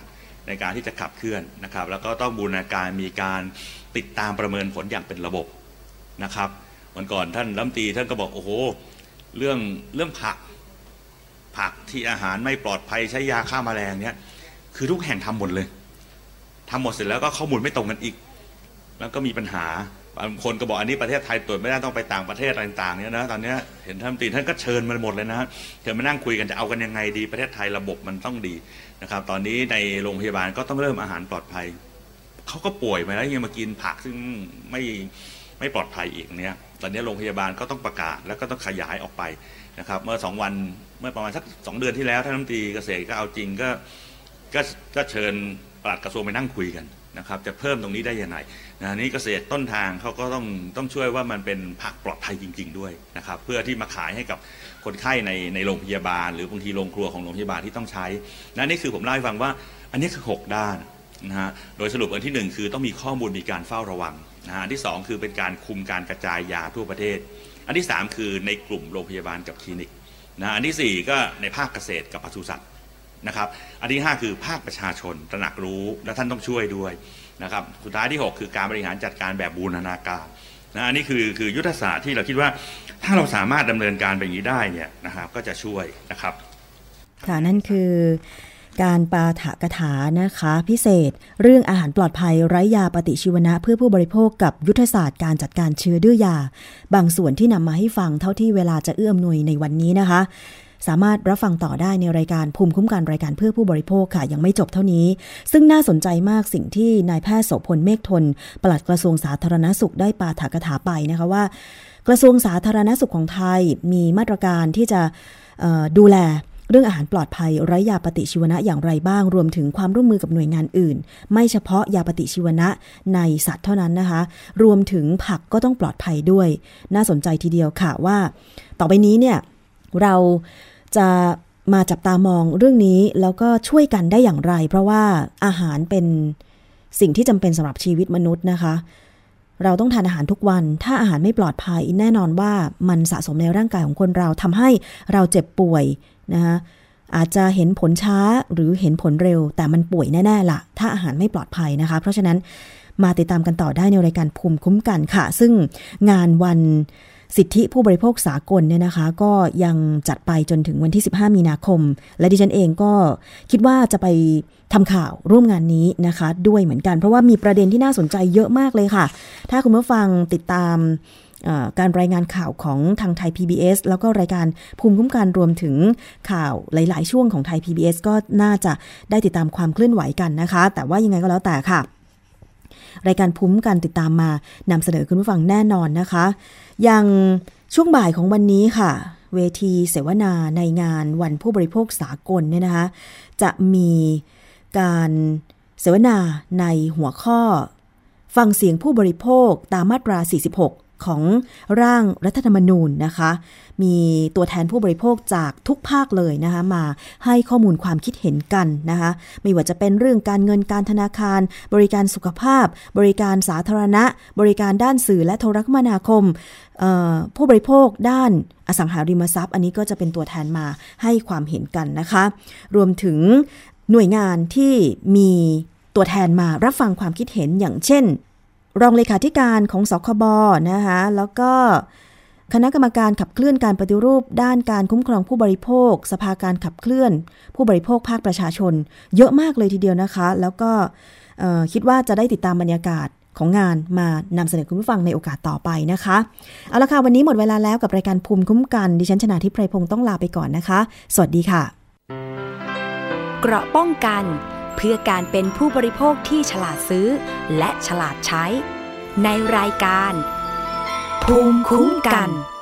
ในการที่จะขับเคลื่อนนะครับแล้วก็ต้องบูรณาการมีการติดตามประเมินผลอย่างเป็นระบบนะครับวันก่อนท่านรัฐมนตรีท่านก็บอกโอ้โหเรื่องเรื่องผักผักที่อาหารไม่ปลอดภัยใช้ยาฆ่าแมลงเนี่ยคือทุกแห่งทำหมดเลยทำหมดเสร็จแล้วก็ข้อมูลไม่ตรงกันอีกแล้วก็มีปัญหาบางคนก็บอกอันนี้ประเทศไทยตรวจไม่ได้ต้องไปต่างประเทศอะไรต่างๆเนี่ยนะตอนนี้เห็นท่านรัฐมนตรีท่านก็เชิญมาหมดเลยนะเชิญมานั่งคุยกันจะเอากันยังไงดีประเทศไทยระบบมันต้องดีนะครับตอนนี้ในโรงพยาบาลก็ต้องเริ่มอาหารปลอดภัยเขาก็ป่วยมาแล้วยังมากินผักซึ่งไม่ไม่ปลอดภัยอีกเนี่ยตอนนี้โรงพยาบาลก็ต้องประกาศแล้วก็ต้องขยายออกไปนะครับเมื่อสองวันเมื่อประมาณสักสองเดือนที่แล้วท่านรัฐมนตรีเกษตรก็เอาจริงก็ก็ก็เชิญปลัดกระทรวงไปนั่งคุยกันนะครับจะเพิ่มตรงนี้ได้ยังไงนะนี่เกษตรต้นทางเขาก็ต้องต้องช่วยว่ามันเป็นผักปลอดภัยจริงๆด้วยนะครับเพื่อที่มาขายให้กับคนไข้ในในโรงพยาบาลหรือบางทีโรงครัวของโรงพยาบาลที่ต้องใช้นะนี่คือผมเล่าให้ฟังว่าอันนี้คือหกด้านนะฮะโดยสรุปอันที่หนึ่งคือต้องมีข้อมูลมีการเฝ้าระวังนะอันที่สองคือเป็นการคุมการกระจายยาทั่วประเทศอันที่สามคือในกลุ่มโรงพยาบาลกับคลินิกนะอันที่สี่ก็ในภาคเกษตรกับปศุสัตว์นะครับอันที่ห้าคือภาคประชาชนตระหนักรู้และท่านต้องช่วยด้วยนะครับสุดท้ายที่หกคือการบริหารจัดการแบบบูรณาการนะอันนี้คือคือยุทธศาสตร์ที่เราคิดว่าถ้าเราสามารถดำเนินการแบบนี้ได้เนี่ยนะครับก็จะช่วยนะครับค่ะนั่นคือการปาฐกถานะคะพิเศษเรื่องอาหารปลอดภัยไร้ยาปฏิชีวนะเพื่อผู้บริโภคกับยุทธศาสตร์การจัดการเชื้อดื้อยาบางส่วนที่นำมาให้ฟังเท่าที่เวลาจะเอื้อมหน่วยในวันนี้นะคะสามารถรับฟังต่อได้ในรายการภูมิคุ้มกันรายการเพื่อผู้บริโภคค่ะยังไม่จบเท่านี้ซึ่งน่าสนใจมากสิ่งที่นายแพทย์โสพลเมฆทนปลัดกระทรวงสาธารณสุขได้ปาฐกถาไปนะคะว่ากระทรวงสาธารณสุขของไทยมีมาตรการที่จะดูแลเรื่องอาหารปลอดภัยไร้ยาปฏิชีวนะอย่างไรบ้างรวมถึงความร่วมมือกับหน่วยงานอื่นไม่เฉพาะยาปฏิชีวนะในสัตว์เท่านั้นนะคะรวมถึงผักก็ต้องปลอดภัยด้วยน่าสนใจทีเดียวค่ะว่าต่อไปนี้เนี่ยเราจะมาจับตามองเรื่องนี้แล้วก็ช่วยกันได้อย่างไรเพราะว่าอาหารเป็นสิ่งที่จำเป็นสำหรับชีวิตมนุษย์นะคะเราต้องทานอาหารทุกวันถ้าอาหารไม่ปลอดภัยแน่นอนว่ามันสะสมในร่างกายของคนเราทำให้เราเจ็บป่วยนะคะอาจจะเห็นผลช้าหรือเห็นผลเร็วแต่มันป่วยแน่ๆล่ะถ้าอาหารไม่ปลอดภัยนะคะเพราะฉะนั้นมาติดตามกันต่อได้ในรายการภูมิคุ้มกันค่ะซึ่งงานวันสิทธิผู้บริโภคสากลเนี่ยนะคะก็ยังจัดไปจนถึงวันที่สิบห้ามีนาคมและดิฉันเองก็คิดว่าจะไปทำข่าวร่วมงานนี้นะคะด้วยเหมือนกันเพราะว่ามีประเด็นที่น่าสนใจเยอะมากเลยค่ะถ้าคุณผู้ฟังติดตามการรายงานข่าวของทางไทย พี บี เอส แล้วก็รายการภูมิคุ้มกันรวมถึงข่าวหลายๆช่วงของไทย พี บี เอส ก็น่าจะได้ติดตามความเคลื่อนไหวกันนะคะแต่ว่ายังไงก็แล้วแต่ค่ะรายการภูมิคุ้มกันติดตามมานำเสนอคุณผู้ฟังแน่นอนนะคะอย่างช่วงบ่ายของวันนี้ค่ะเวทีเสวนาในงานวันผู้บริโภคสากลเนี่ยนะคะจะมีการเสวนาในหัวข้อฟังเสียงผู้บริโภคตามมาตราสี่สิบหกของร่างรัฐธรรมนูญนะคะมีตัวแทนผู้บริโภคจากทุกภาคเลยนะคะมาให้ข้อมูลความคิดเห็นกันนะคะไม่ว่าจะเป็นเรื่องการเงินการธนาคารบริการสุขภาพบริการสาธารณะบริการด้านสื่อและโทรคมนาคมผู้บริโภคด้านอสังหาริมทรัพย์อันนี้ก็จะเป็นตัวแทนมาให้ความเห็นกันนะคะรวมถึงหน่วยงานที่มีตัวแทนมารับฟังความคิดเห็นอย่างเช่นรองเลขาธิการของสคบนะคะแล้วก็คณะกรรมการขับเคลื่อนการปฏิรูปด้านการคุ้มครองผู้บริโภคสภาการขับเคลื่อนผู้บริโภคภาคประชาชนเยอะมากเลยทีเดียวนะคะแล้วก็คิดว่าจะได้ติดตามบรรยากาศของงานมานำเสนอคุณผู้ฟังในโอกาสต่อไปนะคะเอาละค่ะวันนี้หมดเวลาแล้วกับรายการภูมิคุ้มกันดิฉันชนาธิปไพรพงศ์ต้องลาไปก่อนนะคะสวัสดีค่ะเกราะป้องกันเพื่อการเป็นผู้บริโภคที่ฉลาดซื้อและฉลาดใช้ในรายการภูมิคุ้มกัน